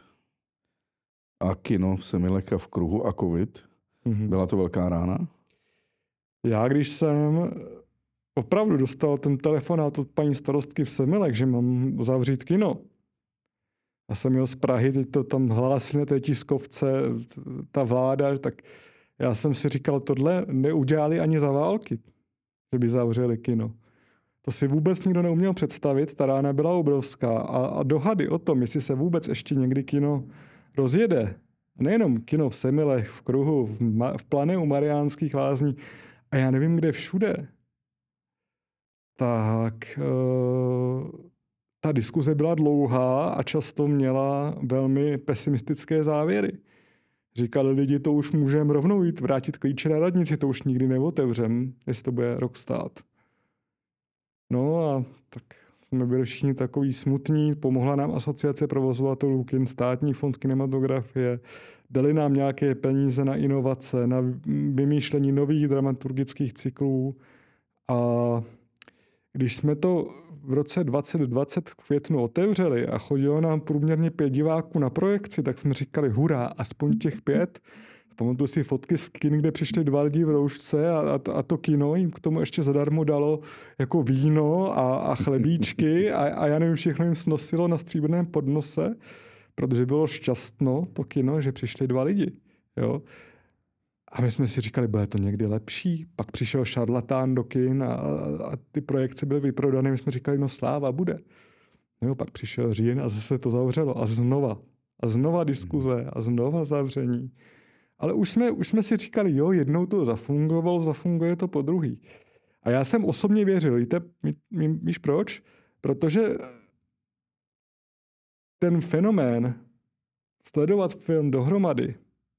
a kino v Semilech a v Kruhu a covid. Mm-hmm. Byla to velká rána? Já, když jsem opravdu dostal ten telefonát od paní starostky v Semilech, že mám zavřít kino, Já jsem jel z Prahy, teď to tam hlásili na té tiskovce, ta vláda, tak já jsem si říkal, tohle neudělali ani za války, že by zavřeli kino. To si vůbec nikdo neuměl představit, ta rána byla obrovská a dohady o tom, jestli se vůbec ještě někdy kino rozjede, nejenom kino v Semilech, v Kruhu, v Plané u Mariánských Lázní a já nevím, kde všude, tak ta diskuze byla dlouhá a často měla velmi pesimistické závěry. Říkali lidi, to už můžeme rovnou jít, vrátit klíče na radnici, to už nikdy neotevřem, jestli to bude rok stát. No a tak jsme byli všichni takový smutní, pomohla nám asociace provozovatelů kin, státní fond kinematografie, dali nám nějaké peníze na inovace, na vymýšlení nových dramaturgických cyklů a když jsme to v roce 2020 v květnu otevřeli a chodilo nám průměrně 5 diváků na projekci, tak jsme říkali hurá, aspoň těch 5. Pamatuju si fotky z kin, kde přišli 2 lidi v roušce a to kino jim k tomu ještě zadarmo dalo jako víno a chlebíčky a já nevím, všechno jim snosilo na stříbrném podnose, protože bylo šťastno to kino, že přišli 2 lidi. Jo? A my jsme si říkali, bude to někdy lepší. Pak přišel Šarlatán do kin a ty projekce byly vyprodané. My jsme říkali, no sláva bude. Jo, pak přišel říjen a zase to zavřelo. A znova diskuze a znova zavření. Ale už jsme si říkali, jo, jednou to zafungovalo, zafunguje to po druhý. A já jsem osobně věřil. Víš proč? Protože ten fenomén sledovat film dohromady,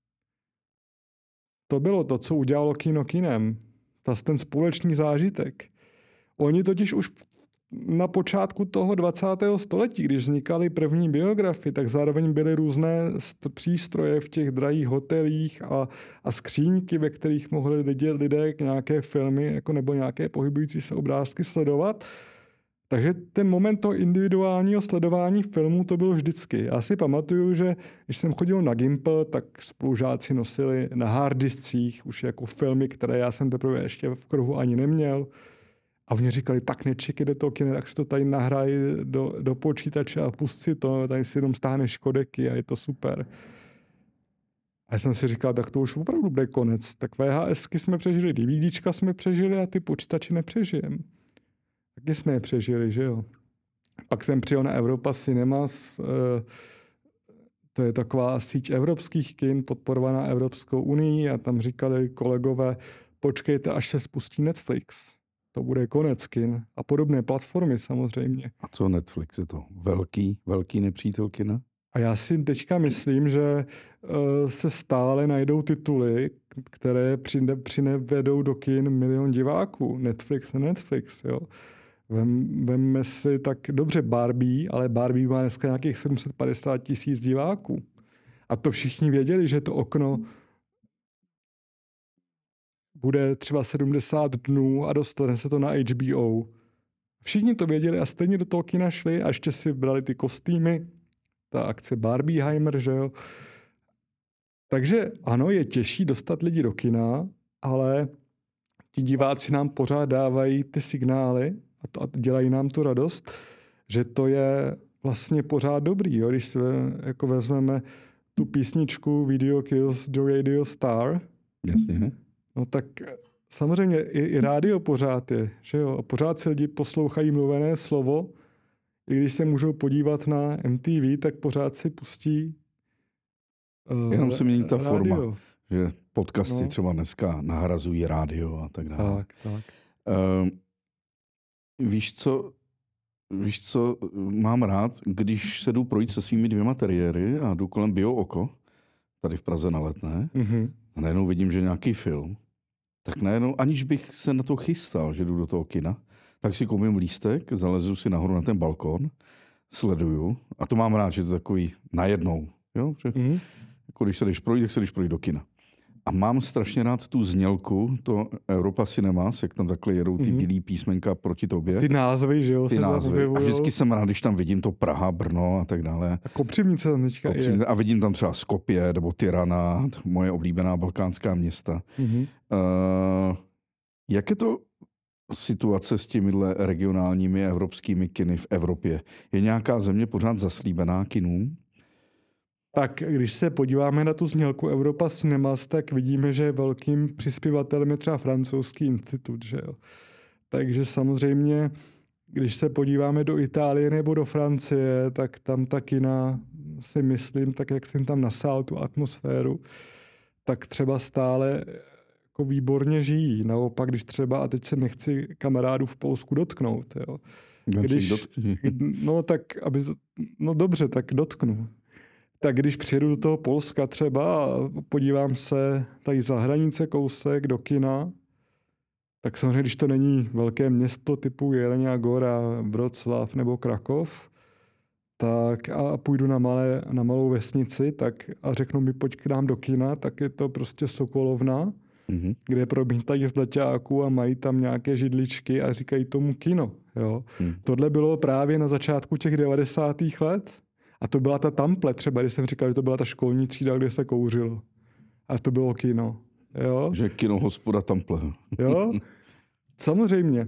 to bylo to, co udělalo kino kinem. Ten společný zážitek. Oni totiž už na počátku toho 20. století, když vznikaly první biografie, tak zároveň byly různé přístroje v těch drahých hotelích a skříňky, ve kterých mohli lidé nějaké filmy jako nebo nějaké pohybující se obrázky sledovat. Takže ten moment toho individuálního sledování filmů to bylo vždycky. Já si pamatuju, že když jsem chodil na Gimpl, tak spolužáci nosili na harddiscích už jako filmy, které já jsem teprve ještě v Kruhu ani neměl. A oni říkali, tak nečekej do toho kina, tak si to tady nahrají do počítače a pust si to, tady si jenom stáhneš kodeky a je to super. A já jsem si říkal, tak to už opravdu bude konec. Tak VHSky jsme přežili, DVDčka jsme přežili a ty počítače nepřežijeme. Taky jsme je přežili, že jo. Pak jsem přijel na Europa Cinemas, to je taková síť evropských kin, podporovaná Evropskou unii a tam říkali kolegové, počkejte, až se spustí Netflix. To bude konec kin. A podobné platformy samozřejmě. A co Netflix? Je to velký nepřítel kina? A já si teďka myslím, že se stále najdou tituly, které přivedou do kin 1 milion diváků. Netflix, jo. Vemme si tak dobře Barbie, ale Barbie má dneska nějakých 750 000 diváků. A to všichni věděli, že to okno bude třeba 70 dnů a dostane se to na HBO. Všichni to věděli a stejně do toho kina šli a ještě si brali ty kostýmy, ta akce Barbieheimer, že jo. Takže ano, je těžší dostat lidi do kina, ale ti diváci nám pořád dávají ty signály a dělají nám tu radost, že to je vlastně pořád dobrý. Jo? Když si jako vezmeme tu písničku Video Kills the Radio Star, jasně. No tak samozřejmě i rádio pořád je, že jo? A pořád se lidi poslouchají mluvené slovo. I když se můžou podívat na MTV, tak pořád si pustí jenom se mění ta rádio. Forma, že podcasty třeba dneska nahrazují rádio a tak dále. Tak. Víš co mám rád, když se jdu projít se svými 2 teriéry a jdu kolem Bio Oko, tady v Praze na Letné, a najednou vidím, že nějaký film, tak najednou, aniž bych se na to chystal, že jdu do toho kina, tak si koupím lístek, zalezu si nahoru na ten balkon, sleduju a to mám rád, že to je takový najednou. Jo? Že, jako když se jdeš projít, tak se jdeš projít do kina. A mám strašně rád tu znělku, to Europa Cinemas, jak tam takhle jedou ty bílý písmenka proti tobě. Ty názvy, že jo? Ty názvy. A vždycky jsem rád, když tam vidím to Praha, Brno a tak dále. A Kopřivnice tam teďka je. A vidím tam třeba Skopje nebo Tirana, moje oblíbená balkánská města. Jak je to situace s těmihle regionálními evropskými kiny v Evropě? Je nějaká země pořád zaslíbená kinům? Tak když se podíváme na tu znělku Europa Cinemas, tak vidíme, že velkým přispěvatelem je třeba francouzský institut. Že jo? Takže samozřejmě, když se podíváme do Itálie nebo do Francie, tak tam ta kina, si myslím, tak jak jsem tam nasál tu atmosféru, tak třeba stále jako výborně žijí. Naopak, když třeba, a teď se nechci kamarádů v Polsku dotknout, jo? No dobře, tak dotknu. Tak když přijedu do toho Polska třeba a podívám se tady za hranice kousek do kina, tak samozřejmě, když to není velké město typu Jelenia Góra, Wrocław nebo Krakov, tak a půjdu na malou vesnici tak a řeknu mi, pojď k nám do kina, tak je to prostě Sokolovna, kde probíhají z leťáků a mají tam nějaké židličky a říkají tomu kino. Jo. Tohle bylo právě na začátku těch 90. let. A to byla ta Tample třeba, když jsem říkal, že to byla ta školní třída, kde se kouřilo. A to bylo kino. Jo? Že kino hospoda Tample. Jo? Samozřejmě.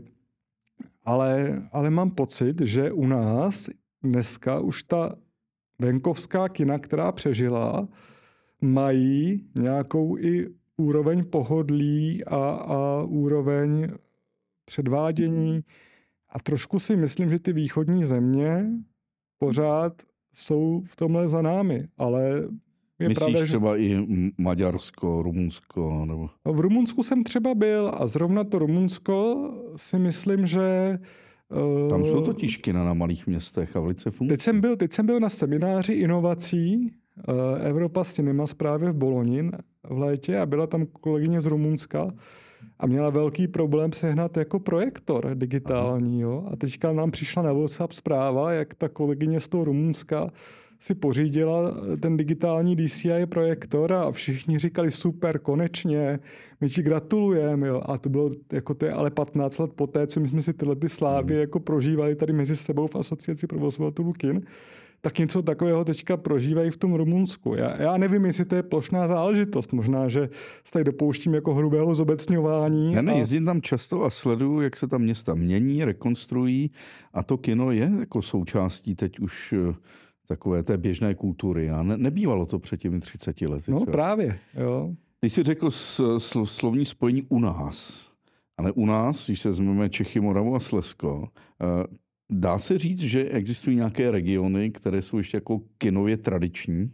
Ale mám pocit, že u nás dneska už ta venkovská kina, která přežila, mají nějakou i úroveň pohodlí a úroveň předvádění. A trošku si myslím, že ty východní země pořád jsou v tomhle za námi, ale je myslíš pravda, třeba i Maďarsko, Rumunsko? Nebo... V Rumunsku jsem třeba byl a zrovna to Rumunsko si myslím, že... Tam jsou totiž kina na malých městech a velice fungují. Teď jsem byl na semináři inovací Europa Cinemas právě v Boloni v létě a byla tam kolegyně z Rumunska a měla velký problém sehnat jako projektor digitální. Jo? A teďka nám přišla na WhatsApp zpráva, jak ta kolegyně z toho Rumunska si pořídila ten digitální DCI projektor a všichni říkali super, konečně, my ti gratulujeme. Jo? A to bylo, jako to je ale 15 let poté, co my jsme si tyhle ty slávy jako prožívali tady mezi sebou v asociaci provozovatelů kin, tak něco takového teďka prožívají v tom Rumunsku. Já nevím, jestli to je plošná záležitost. Možná, že se tady dopouštím jako hrubého zobecňování. Jezdím tam často a sleduju, jak se tam města mění, rekonstruují a to kino je jako součástí teď už takové té běžné kultury. A nebývalo to před těmi 30 lety. No třeba. Právě, jo. Ty jsi řekl slovní spojení u nás. Ale u nás, když se vezmeme Čechy, Moravu a Slezsko, dá se říct, že existují nějaké regiony, které jsou ještě jako kinově tradiční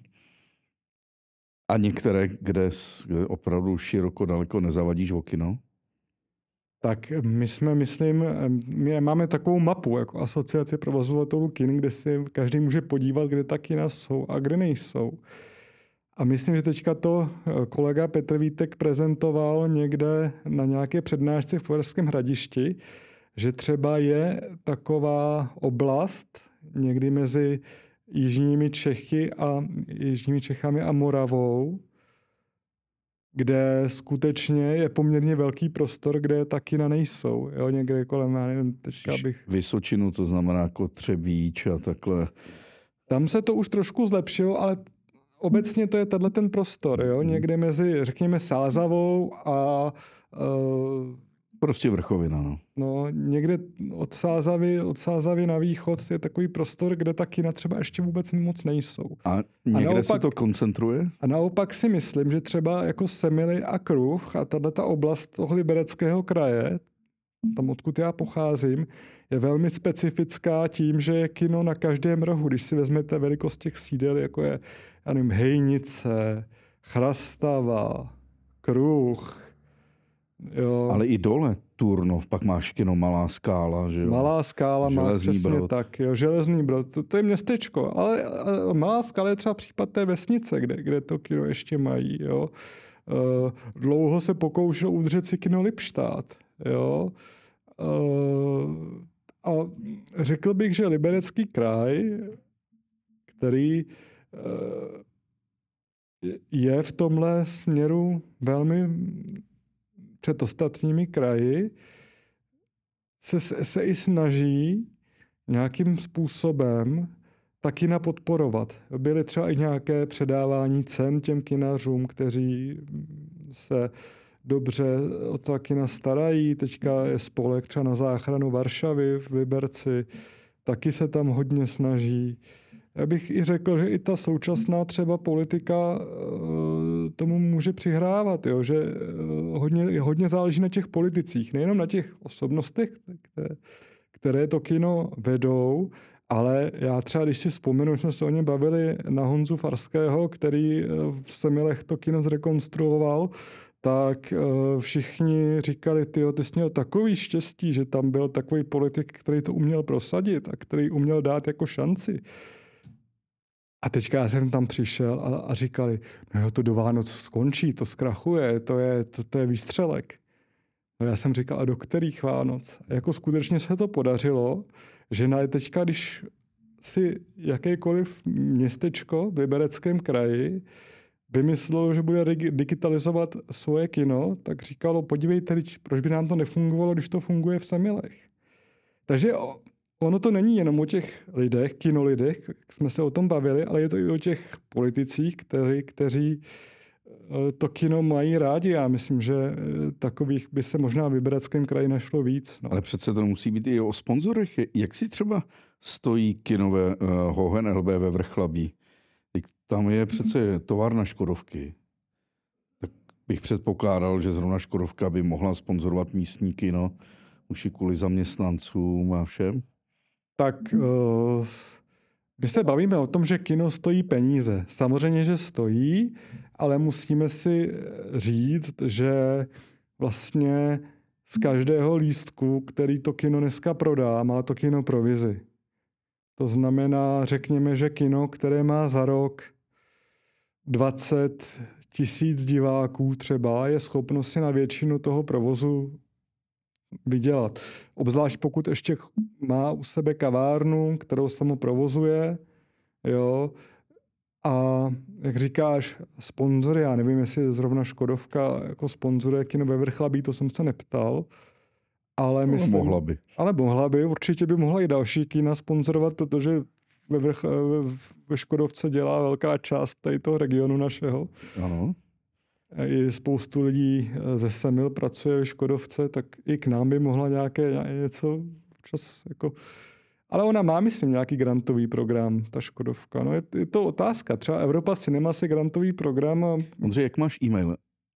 a některé, kde opravdu široko daleko nezavadíš o kino? Tak my jsme, myslím, my máme takovou mapu jako asociace provozovatelů kin, kde si každý může podívat, kde ta kina jsou a kde nejsou. A myslím, že teďka to kolega Petr Vítek prezentoval někde na nějaké přednášce v Uherském Hradišti, že třeba je taková oblast někdy mezi jižními Čechami a Moravou, kde skutečně je poměrně velký prostor, kde ta kina nejsou. Jo, někde kolem, já nevím, teďka bych... Vysočinu, to znamená jako Třebíč a takhle. Tam se to už trošku zlepšilo, ale obecně to je tenhle ten prostor, jo, někde mezi, řekněme, Sázavou a... Prostě vrchovina, no. No, někde od Sázavy na východ je takový prostor, kde ta kina třeba ještě vůbec moc nejsou. A někde naopak, se to koncentruje? A naopak si myslím, že třeba jako Semily a Kruh a tato oblast toho Libereckého kraje, tam odkud já pocházím, je velmi specifická tím, že je kino na každém rohu. Když si vezmete velikost těch sídel, jako je, já nevím, Hejnice, Chrastava, Kruh, jo. Ale i dole Turnov, pak máš kino Malá Skála, že jo? Malá Skála má přesně Brod. tak, jo, Železný Brod, to je městečko, ale Malá Skála je třeba případ té vesnice, kde to kino ještě mají, jo. Dlouho se pokoušel udržet si kino Lipštát, jo. A řekl bych, že Liberecký kraj, který je v tomhle směru velmi před ostatními kraji, se i snaží nějakým způsobem ta kina podporovat. Byly třeba i nějaké předávání cen těm kinařům, kteří se dobře o ta kina starají. Teďka je spolek třeba na záchranu Varšavy v Liberci, taky se tam hodně snaží. Já bych i řekl, že i ta současná třeba politika tomu může přihrávat, jo? Že hodně záleží na těch politicích, nejenom na těch osobnostech, které to kino vedou, ale já třeba, když si vzpomenu, jsme se o něm bavili na Honzu Farského, který v Semilech to kino zrekonstruoval, tak všichni říkali, ty jsi měl takový štěstí, že tam byl takový politik, který to uměl prosadit a který uměl dát jako šanci. A teďka já jsem tam přišel a říkali, no jo, to do Vánoc skončí, to zkrachuje, to je výstřelek. No já jsem říkal, a do kterých Vánoc? A jako skutečně se to podařilo, že teďka, když si jakékoliv městečko v Libereckém kraji vymyslelo, že bude digitalizovat svoje kino, tak říkalo, podívejte, proč by nám to nefungovalo, když to funguje v Semilech. Takže ono to není jenom o těch lidech, kinolidech, jak jsme se o tom bavili, ale je to i o těch politicích, kteří to kino mají rádi. Já myslím, že takových by se možná v Libereckém kraji našlo víc. No. Ale přece to musí být i o sponzorech. Jak si třeba stojí kinové Hohen LB ve Vrchlabí? Tam je přece továrna Škodovky. Tak bych předpokládal, že zrovna Škodovka by mohla sponzorovat místní kino, už i kvůli zaměstnancům a všem. Tak my se bavíme o tom, že kino stojí peníze. Samozřejmě, že stojí, ale musíme si říct, že vlastně z každého lístku, který to kino dneska prodá, má to kino provizi. To znamená, řekněme, že kino, které má za rok 20 000 diváků třeba, je schopno si na většinu toho provozu vydělat. Obzvlášť pokud ještě má u sebe kavárnu, kterou samo provozuje, jo. A jak říkáš, sponzory, já nevím, jestli zrovna Škodovka jako sponzoruje kino ve Vrchlabí, to jsem se neptal, ale myslím, mohla by, určitě by mohla i další kina sponzorovat, protože ve Škodovce dělá velká část tady toho regionu našeho. Ano. I spoustu lidí ze Semil pracuje ve Škodovce, tak i k nám by mohla něco čas jako... Ale ona má, myslím, nějaký grantový program, ta Škodovka. No je to otázka. Třeba Evropa Cinema si grantový program a... Ondřej, jak máš e-mail?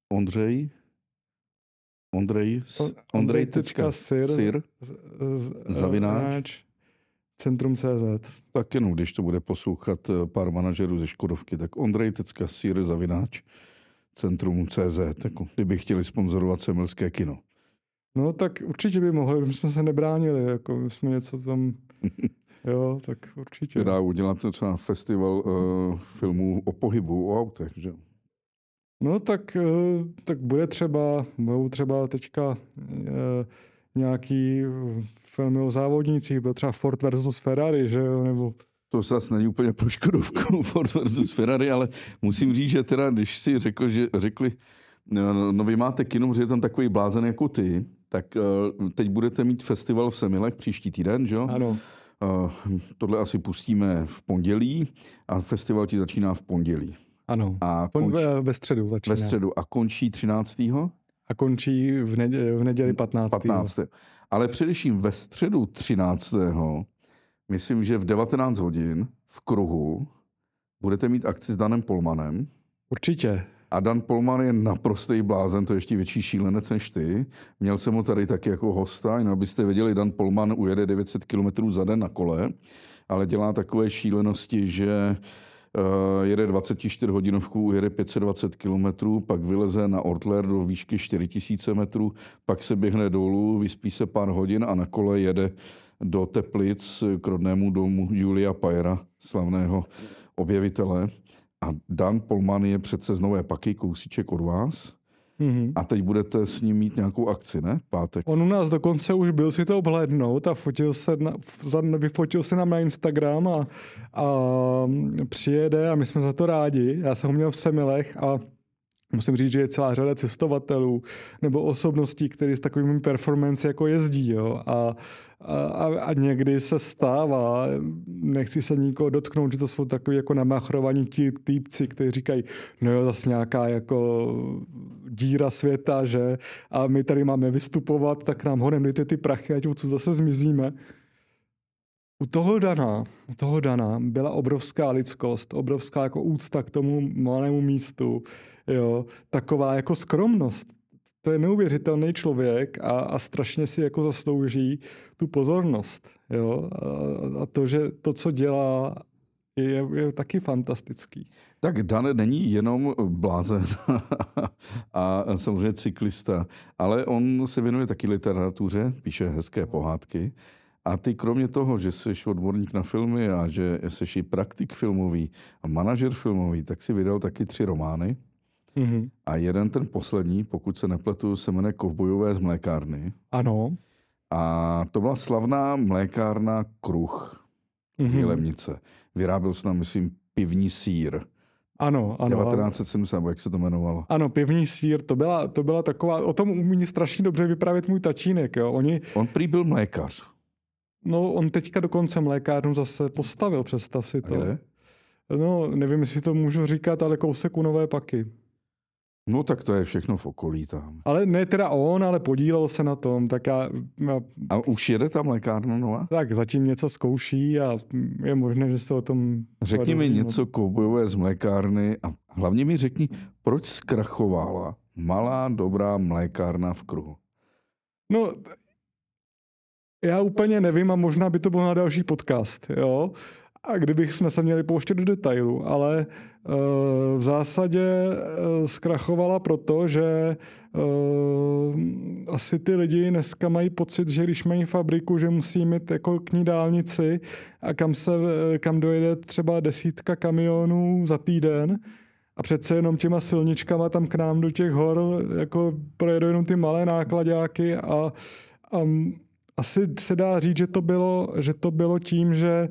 Ondrej.sir zavináč Centrum.cz. Tak jenom, když to bude poslouchat pár manažerů ze Škodovky, tak Ondrej.sir zavináč Centrum.cz, jako kdyby chtěli sponzorovat semilské kino. No tak určitě by mohli, my jsme se nebránili, jako my jsme něco tam, jo, tak určitě. Dá udělat třeba festival filmů o pohybu, o autech, že? No tak budou třeba teďka nějaký filmy o závodnících, byl třeba Ford versus Ferrari, že jo, nebo... To zase není úplně pro Škodovku, Ford versus Ferrari, ale musím říct, že teda, když si řekli, no vy máte kino, že je tam takový blázen jako ty, tak teď budete mít festival v Semilech příští týden, že jo? Ano. Tohle asi pustíme v pondělí a festival ti začíná v pondělí. Ano, a ve středu začíná. Ve středu a končí 13. A končí v neděli 15. Ale především ve středu 13. myslím, že v 19 hodin v Kruhu budete mít akci s Danem Polmanem. Určitě. A Dan Polman je naprostý blázen, to je ještě větší šílenec než ty. Měl jsem ho tady taky jako hosta, jen abyste věděli, Dan Polman ujede 900 km za den na kole, ale dělá takové šílenosti, že jede 24-hodinovku, ujede 520 km, pak vyleze na Ortler do výšky 4000 metrů, pak se běhne dolů, vyspí se pár hodin a na kole jede do Teplic k rodnému domu Julia Pajera, slavného objevitele. A Dan Polman je přece z Nové Paky, kousíček od vás. Mm-hmm. A teď budete s ním mít nějakou akci, ne? Pátek. On u nás dokonce už byl si to obhlédnout a vyfotil se nám na Instagram a přijede a my jsme za to rádi. Já jsem ho měl v Semilech a musím říct, že je celá řada cestovatelů nebo osobností, které s takovými performance jako jezdí. Jo? A někdy se stává, nechci se nikoho dotknout, že to jsou takový jako namachrovaní týpci, kteří říkají, no jo, zase nějaká jako díra světa, že a my tady máme vystupovat, tak nám honem dejte ty prachy, ať odsud zase zmizíme. U toho Dana byla obrovská lidskost, obrovská jako úcta k tomu malému místu, jo, taková jako skromnost. To je neuvěřitelný člověk a strašně si jako zaslouží tu pozornost. Jo? A to, že to, co dělá, je taky fantastický. Tak Dan není jenom blázen a samozřejmě cyklista, ale on se věnuje taky literatuře, píše hezké pohádky. A ty kromě toho, že jsi odborník na filmy a že jsi i praktik filmový a manažer filmový, tak si vydal taky 3 romány. Mm-hmm. A jeden, ten poslední, pokud se nepletu, se jmenuje Kovbojové z mlékárny. Ano. A to byla slavná mlékárna Kruh v Jilemnice. Vyráběl se tam, myslím, pivní sýr. Ano. 1970, jak se to jmenovalo. Ano, pivní sýr, to byla taková, o tom umí strašně dobře vyprávět můj tačínek. Jo. On prý byl mlékař. No, on teďka dokonce mlékárnu zase postavil, představ si to. A kde? No, nevím, jestli to můžu říkat, ale kousek u Nové Paky. No tak to je všechno v okolí tam. Ale ne teda on, ale podílel se na tom. Tak a už jede tam lékárna nová? Tak zatím něco zkouší a je možné, že se o tom... Řekni mi něco Kovbojové z mlékárny a hlavně mi řekni, proč zkrachovala malá dobrá mlékárna v Kruhu? No, já úplně nevím a možná by to byl na další podcast, jo? A kdybych jsme se měli pouštět do detailu, ale v zásadě zkrachovala proto, že asi ty lidi dneska mají pocit, že když mají fabriku, že musí mít jako k ní dálnici a kam dojede třeba 10 kamionů za týden a přece jenom těma silničkama tam k nám do těch hor jako projedou jenom ty malé nákladáky a asi se dá říct, že to bylo tím, že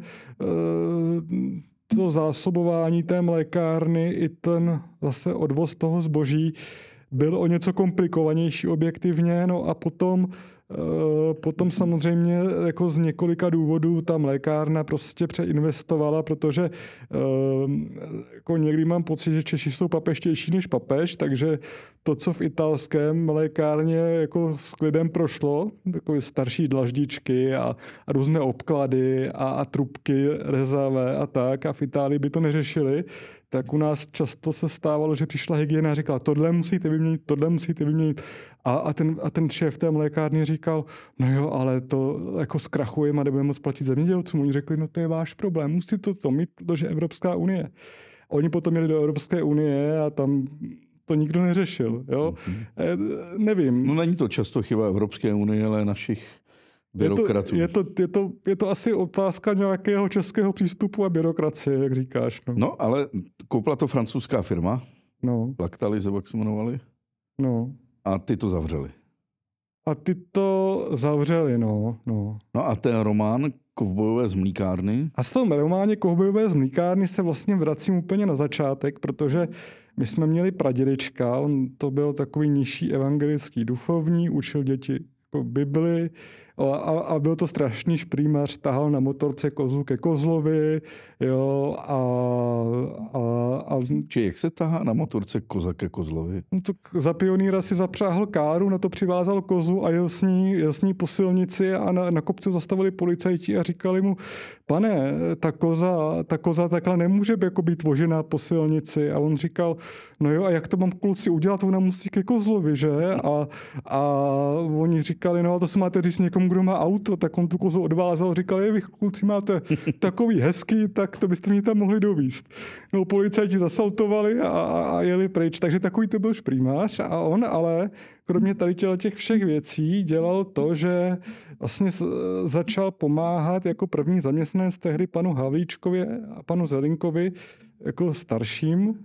to zásobování té mlékárny i ten zase odvoz toho zboží byl o něco komplikovanější objektivně. No a potom samozřejmě jako z několika důvodů ta mlékárna prostě přeinvestovala, protože jako někdy mám pocit, že Češi jsou papeštější než papež, takže to, co v italském mlékárně jako s klidem prošlo, jako starší dlaždičky a různé obklady a trubky rezavé a tak, a v Itálii by to neřešili, tak u nás často se stávalo, že přišla hygiena a říkala, tohle musíte vyměnit. A ten šéf té mlékárny říkal, no jo, ale to jako zkrachujeme a nebudeme moc platit zemědělcům. Oni řekli, no to je váš problém, musíte to mít, protože Evropská unie. Oni potom jeli do Evropské unie a tam to nikdo neřešil. Jo? Nevím. No není to často chyba Evropské unie, ale našich byrokratů. Je to asi otázka nějakého českého přístupu a byrokracie, jak říkáš. No ale koupila to francouzská firma. No. Lactalis, jak se jmenovali. No. A ty to zavřeli. No a ten román Kovbojové z mlýkárny? A z toho románě Kovbojové z mlýkárny se vlastně vracím úplně na začátek, protože my jsme měli pradědečka, on to byl takový nižší evangelický duchovní, učil děti jako Bibli a byl to strašný šprýmař, tahal na motorce kozu ke kozlovi, jo, Či jak se tahá na motorce koza ke kozlovi? No to za pionýra si zapřáhl káru, na to přivázal kozu a jel s ní po silnici a na kopci zastavili policajti a říkali mu, pane, ta koza takhle nemůže jako být vožená po silnici. A on říkal, no jo, a jak to mám kluci udělat, ona musí ke kozlovi, že? A oni říkali, no a to se máte říct někomu, kdo má auto, tak on tu kozu odvázal, říkal, vy kluci máte takový hezký, tak to byste mě tam mohli dovízt. No, policajti zasaltovali a jeli pryč, takže takový to byl šprýmář a on ale kromě tady těch všech věcí dělal to, že vlastně začal pomáhat jako první zaměstnanec tehdy panu Havlíčkovi a panu Zelinkovi jako starším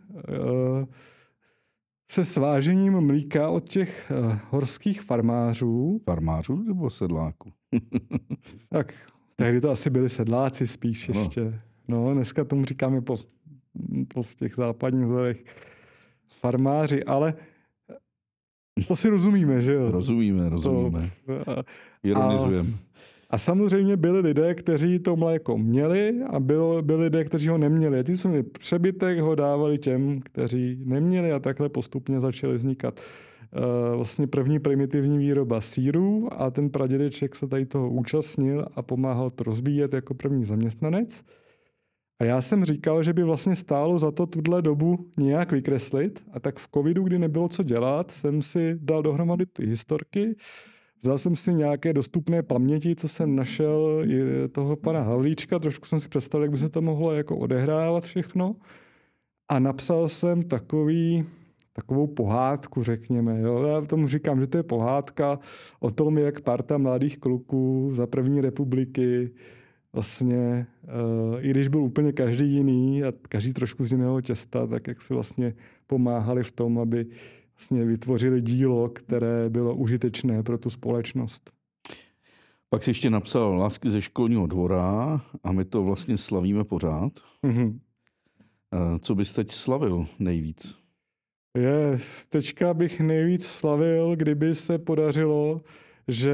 se svážením mlíka od těch horských farmářů. Farmářů nebo sedláků? Tak tehdy to asi byli sedláci spíš ještě. No, dneska tomu říkáme po těch západních vzorech. farmáři, ale to si rozumíme, že jo? Rozumíme. Ironizujeme. A samozřejmě byli lidé, kteří to mléko měli a byli lidé, kteří ho neměli. A ti, co měli přebytek, ho dávali těm, kteří neměli a takhle postupně začaly vznikat vlastně první primitivní výroba sýrů a ten pradědeček se tady toho účastnil a pomáhal to rozvíjet jako první zaměstnanec. A já jsem říkal, že by vlastně stálo za to tuhle dobu nějak vykreslit a tak v covidu, kdy nebylo co dělat, jsem si dal dohromady ty historky. Vzal jsem si nějaké dostupné paměti, co jsem našel toho pana Havlíčka, trošku jsem si představil, jak by se to mohlo jako odehrávat všechno. A napsal jsem takovou pohádku, řekněme. Jo. Já tomu říkám, že to je pohádka o tom, jak parta mladých kluků za první republiky vlastně, i když byl úplně každý jiný a každý trošku z jiného těsta, tak jak si vlastně pomáhali v tom, aby vlastně vytvořili dílo, které bylo užitečné pro tu společnost. Pak si ještě napsal Lásky ze školního dvora a my to vlastně slavíme pořád. Mm-hmm. Co bys teď slavil nejvíc? Teďka bych nejvíc slavil, kdyby se podařilo, že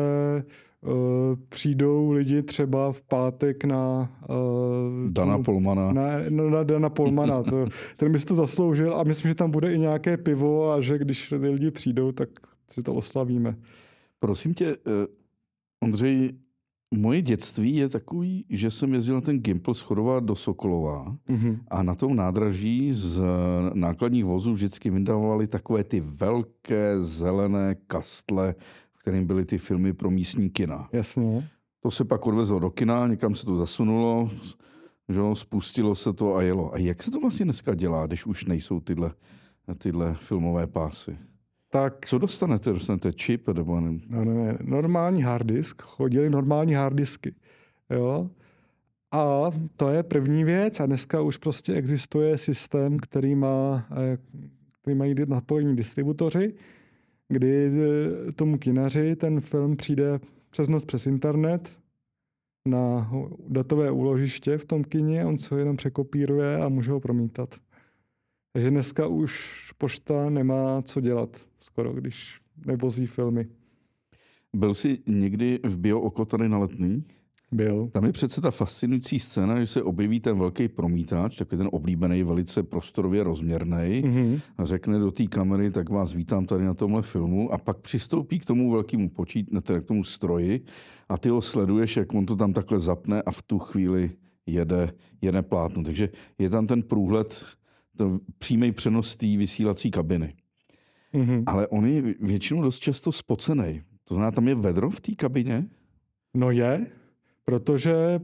přijdou lidi třeba v pátek na Dana Polmana. Na Dana Polmana. Ten by si to zasloužil a myslím, že tam bude i nějaké pivo a že když ty lidi přijdou, tak si to oslavíme. Prosím tě, Ondřej, moje dětství je takový, že jsem jezdil na ten Gimpl z Chodova do Sokolova a na tom nádraží z nákladních vozů vždycky vydávali takové ty velké zelené kastle, v kterým byly ty filmy pro místní kina. Jasně. To se pak odvezlo do kina, někam se to zasunulo, že spustilo se to a jelo. A jak se to vlastně dneska dělá, když už nejsou tyhle filmové pásy? Tak, co dostanete? Dostanete čip? Nebo ne, normální harddisk. Chodili normální harddisky. Jo? A to je první věc. A dneska už prostě existuje systém, který mají napojení distributoři, kdy tomu kinaři ten film přijde přes noc přes internet na datové úložiště v tom kině, on se ho jenom překopíruje a může ho promítat. Takže dneska už pošta nemá co dělat, skoro, když nevozí filmy. Byl jsi někdy v Bio Oko tady na Letný? Byl. Tam je přece ta fascinující scéna, že se objeví ten velký promítač, takový ten oblíbený, velice prostorově rozměrný, a řekne do té kamery, tak vás vítám tady na tomhle filmu, a pak přistoupí k tomu velkému k tomu stroji a ty ho sleduješ, jak on to tam takhle zapne a v tu chvíli jede plátno. Takže je tam ten průhled, přímý přenos té vysílací kabiny. Ale on je většinou dost často spocený. To znamená, tam je vedro v té kabině? No je, protože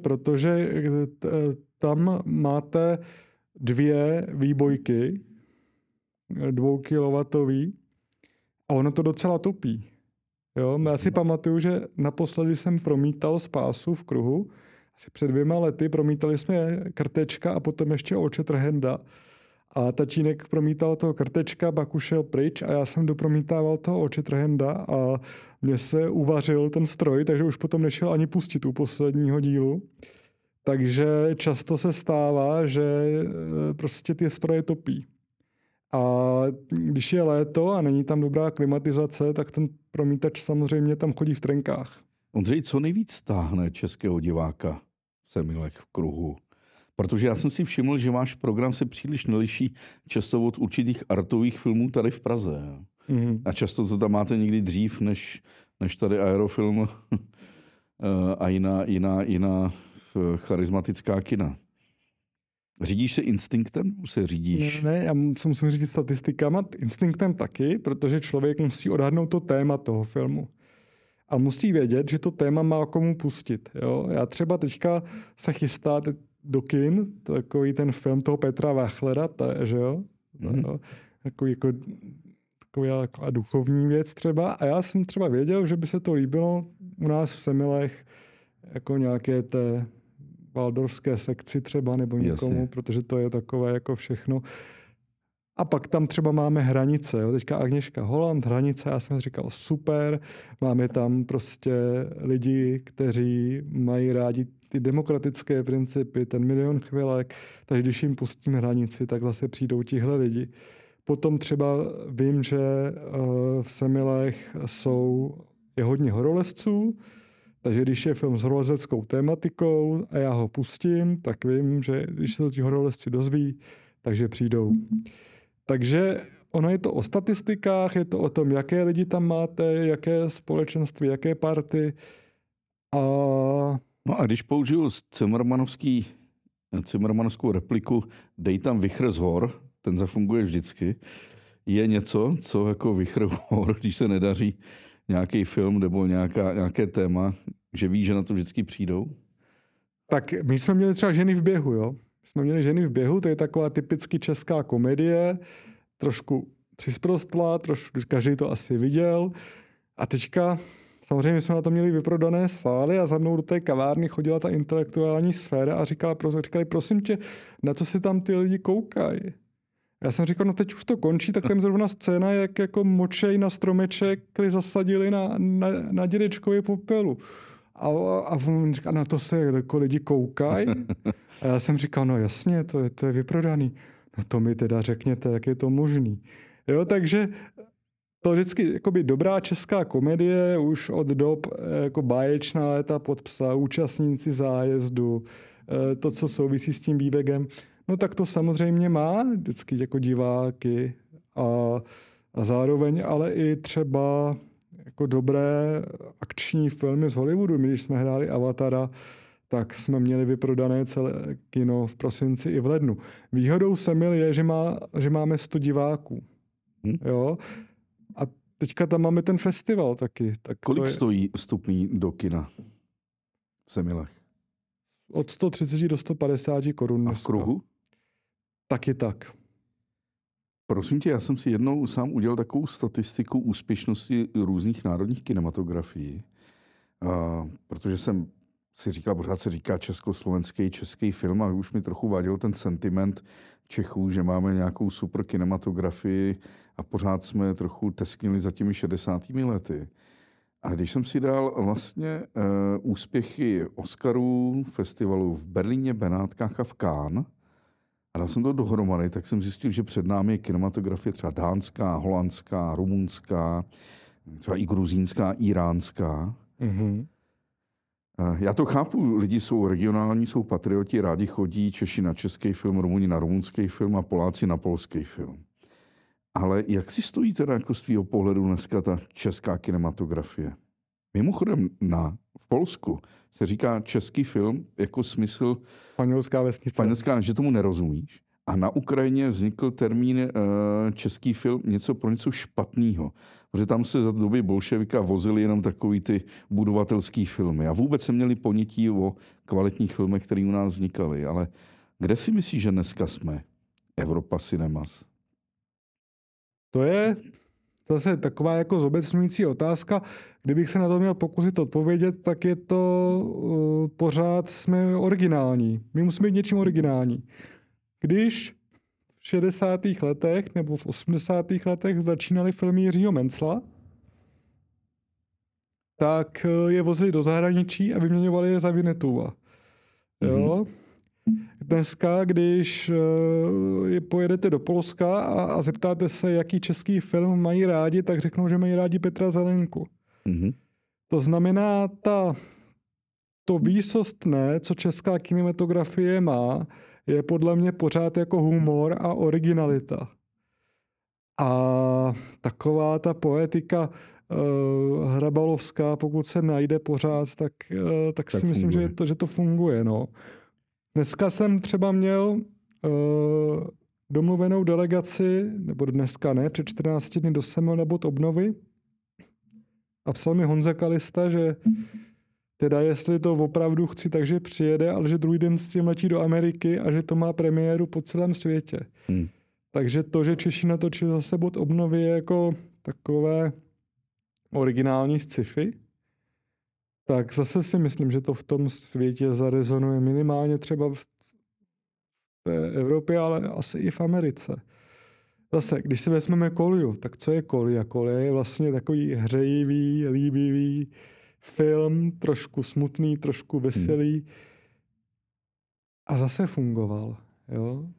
tam máte 2 výbojky, 2 kW, a ono to docela topí. Jo? Já si pamatuju, že naposledy jsem promítal Spásu v kruhu. Asi před 2 lety promítali jsme Krtečka a potom ještě Oče Trhenda. A tatínek promítal toho Krtečka, pak už šel pryč a já jsem dopromítával toho Oče Trhenda a mně se uvařil ten stroj, takže už potom nešel ani pustit u posledního dílu. Takže často se stává, že prostě ty stroje topí. A když je léto a není tam dobrá klimatizace, tak ten promítač samozřejmě tam chodí v trenkách. Ondřej, co nejvíc táhne českého diváka v Semilech, v kruhu? Protože já jsem si všiml, že váš program se příliš neliší často od určitých artových filmů tady v Praze. A často to tam máte někdy dřív, než tady Aerofilm a jiná charismatická kina. Řídíš se instinktem? Se řídíš? Ne, já se musím řídit statistikama. Instinktem taky, protože člověk musí odhadnout to téma toho filmu. A musí vědět, že to téma má komu pustit. Jo? Já třeba teďka se chystá do kin, takový ten film toho Petra Wachlera, že jo? Taková duchovní věc třeba. A já jsem třeba věděl, že by se to líbilo u nás v Semilech jako nějaké té waldorfské sekci třeba nebo někomu, Jasně. protože to je takové jako všechno. A pak tam třeba máme Hranice. Jo? Teďka Agněška Holland, Hranice, já jsem říkal super, máme tam prostě lidi, kteří mají rádi ty demokratické principy, ten milion chvilek, takže když jim pustíme Hranici, tak zase přijdou tihle lidi. potom třeba vím, že v Semilech je hodně horolezců, takže když je film s horolezeckou tématikou a já ho pustím, tak vím, že když se to ti horolezci dozví, takže přijdou. Takže ono je to o statistikách, je to o tom, jaké lidi tam máte, jaké společenství, jaké party. No a když použiju Cimrmanovskou repliku dej tam vichr z hor, ten zafunguje vždycky, je něco, co jako vichr hor, když se nedaří nějaký film nebo nějaké téma, že ví, že na to vždycky přijdou? Tak my jsme měli třeba Ženy v běhu, jo? Jsme měli Ženy v běhu, to je taková typicky česká komedie, trošku přisprostlá, trošku, každý to asi viděl. A teďka, samozřejmě jsme na to měli vyprodané sály a za mnou do té kavárny chodila ta intelektuální sféra a říkali, prosím tě, na co si tam ty lidi koukají? Já jsem říkal, no teď už to končí, tak tam zrovna scéna, jak jako močej na stromeček, který zasadili na dědečkově popelu. A on říká, na to se jako lidi koukají. A já jsem říkal, no jasně, to je vyprodaný. No to mi teda řekněte, jak je to možný. Jo, takže to vždycky jakoby dobrá česká komedie už od dob jako báječná léta pod psa, účastníci zájezdu, to, co souvisí s tím výběgem, no tak to samozřejmě má vždycky jako diváky a zároveň ale i třeba jako dobré akční filmy z Hollywoodu. My, když jsme hráli Avatara, tak jsme měli vyprodané celé kino v prosinci i v lednu. Výhodou Semil je, že máme 100 diváků. Jo? A teďka tam máme ten festival taky. Tak kolik stojí vstupný do kina v Semilech? Od 130 do 150 korun. A v kruhu? Taky tak. Prosím tě, já jsem si jednou sám udělal takovou statistiku úspěšnosti různých národních kinematografií, protože jsem si říkal, pořád se říká český film, a už mi trochu vadil ten sentiment Čechů, že máme nějakou super kinematografii a pořád jsme trochu tesknili za těmi 60. lety. A když jsem si dal vlastně úspěchy Oscarů, festivalů v Berlíně, Benátkách a v Cannes, a dal jsem to dohromady, tak jsem zjistil, že před námi je kinematografie třeba dánská, holandská, rumunská, třeba i gruzínská, iránská. Mm-hmm. Já to chápu, lidi jsou regionální, jsou patrioti, rádi chodí, Češi na český film, Rumuni na rumunský film a Poláci na polský film. Ale jak si stojí teda jako z tvýho pohledu dneska ta česká kinematografie? Mimochodem v Polsku se říká český film jako smysl španělská vesnice. Že tomu nerozumíš. A na Ukrajině vznikl termín český film pro něco špatného. Protože tam se za doby bolševika vozili jenom takový ty budovatelský filmy. A vůbec se měli ponětí o kvalitních filmech, které u nás vznikaly. Ale kde si myslíš, že dneska jsme? Evropa Cinemas. To je zase taková jako zobecňující otázka. Kdybych se na to měl pokusit odpovědět, tak je to pořád jsme originální. My musíme být něčím originální. Když v 60. letech nebo v 80. letech začínaly filmy Jiřího Mencla, tak je vozili do zahraničí a vyměňovali je za Vinetuva. Jo? Dneska, když pojedete do Polska a zeptáte se, jaký český film mají rádi, tak řeknou, že mají rádi Petra Zelenku. Mm-hmm. To znamená, to výsostné, co česká kinematografie má, je podle mě pořád jako humor a originalita. A taková ta poetika hrabalovská, pokud se najde pořád, tak si myslím, že to funguje. No. Dneska jsem třeba měl domluvenou delegaci, nebo dneska ne, před 14 dny do Semil na bod obnovy. A psal mi Honza Kalista, že teda jestli to opravdu chci, takže přijede, ale že druhý den s tím letí do Ameriky a že to má premiéru po celém světě. Takže to, že Češi natočili zase bod obnovy, je jako takové originální sci-fi. Tak zase si myslím, že to v tom světě zarezonuje minimálně třeba v té Evropě, ale asi i v Americe. Zase, když si vezmeme Kolju, tak co je Kolja? Kolja je vlastně takový hřejivý, líbivý film, trošku smutný, trošku veselý. A zase fungoval. Jo?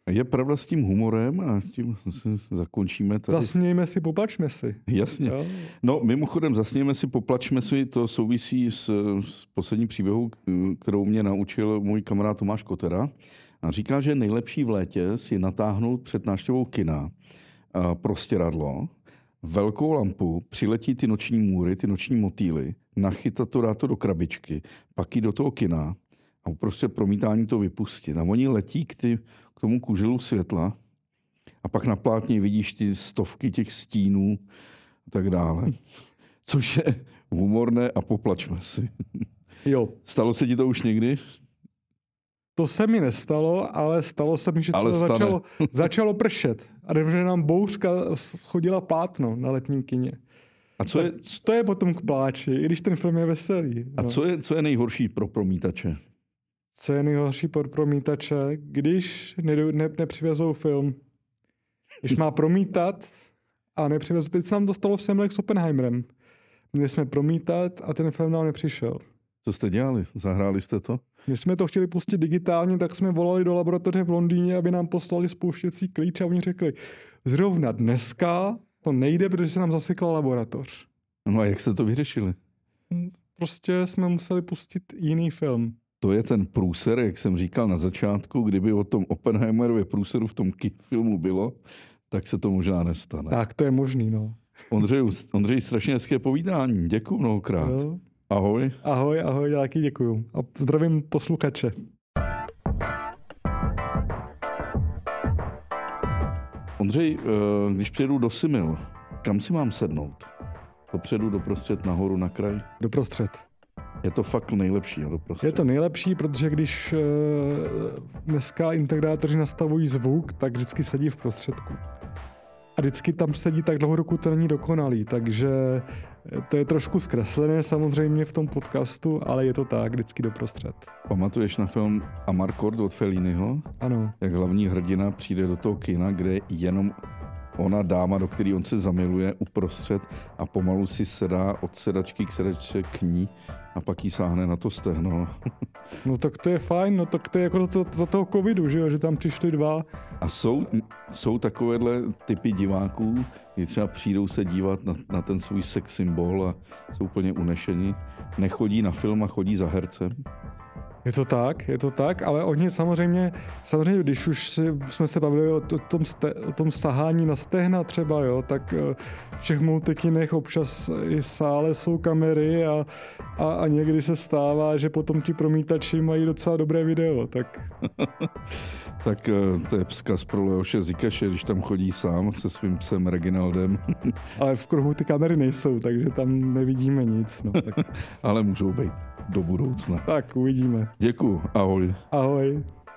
Je pravda s tím humorem a s tím zakončíme tady. Zasmějme si, poplačme si. Jasně. Jo? No, mimochodem, zasmějme si, poplačme si, to souvisí s poslední příběhou, kterou mě naučil můj kamarád Tomáš Kotera. A říká, že nejlepší v létě si natáhnout před návštěvou kina prostěradlo, velkou lampu, přiletí ty noční můry, ty noční motýly, nachytat to, dát to do krabičky, pak jít do toho kina a prostě promítání to vypustit. A oni letí k tomu kuželu světla a pak na plátně vidíš ty stovky těch stínů a tak dále. Což je humorné a poplačme si. Jo. Stalo se ti to už někdy? To se mi nestalo, ale stalo se mi, že začalo pršet. A že nám bouřka schodila plátno na letním kině. A to je potom k pláči, i když ten film je veselý. A co je nejhorší pro promítače? Co je nejhorší pro promítače? Když nepřivezou film. Když má promítat a nepřivezou. Teď se nám to stalo v Semlech s Oppenheimerem. Měli jsme promítat a ten film nám nepřišel. Co jste dělali? Zahráli jste to? My jsme to chtěli pustit digitálně, tak jsme volali do laboratoře v Londýně, aby nám poslali spouštěcí klíč a oni řekli, zrovna dneska to nejde, protože se nám zasekla laboratoř. No a jak jste to vyřešili? Prostě jsme museli pustit jiný film. To je ten průser, jak jsem říkal na začátku, kdyby o tom Oppenheimerově průseru v tom filmu bylo, tak se to možná nestane. Tak, to je možný, no. Ondřej, strašně hezké povídání. Děkuju mnohokrát. Jo. Ahoj. Ahoj, já taky děkuju. A zdravím posluchače. Ondřej, když přijedu do Simil, kam si mám sednout? Dopředu, doprostřed, nahoru, na kraj? Doprostřed. Je to fakt nejlepší, doprostřed. Je to nejlepší, protože když dneska integrátoři nastavují zvuk, tak vždycky sedí v prostředku. A vždycky tam sedí tak dlouho, dokud to není dokonalý, takže to je trošku zkreslené samozřejmě v tom podcastu, ale je to tak, vždycky doprostřed. Pamatuješ na film Amarcord od Felliniho? Ano. Jak hlavní hrdina přijde do toho kina, kde je jenom ona dáma, do které on se zamiluje uprostřed a pomalu si sedá od sedačky k sedačce k ní a pak jí sáhne na to stehno. No tak to je fajn, no tak to je jako za toho covidu, že tam přišli dva. A jsou takovéhle typy diváků, kdy třeba přijdou se dívat na ten svůj sex symbol a jsou úplně unešení. Nechodí na film a chodí za hercem. Je to tak, ale oni samozřejmě když už jsme se bavili o tom stahání na stehna třeba, jo, tak v těch multikinech občas i v sále jsou kamery a někdy se stává, že potom ti promítači mají docela dobré video, tak... Tak to je vzkaz pro Leoše Zikaše, když tam chodí sám se svým psem Reginaldem. Ale v kruhu ty kamery nejsou, takže tam nevidíme nic. No, tak. Ale můžou být do budoucna. Tak, uvidíme. Děkuju, ahoj. Ahoj.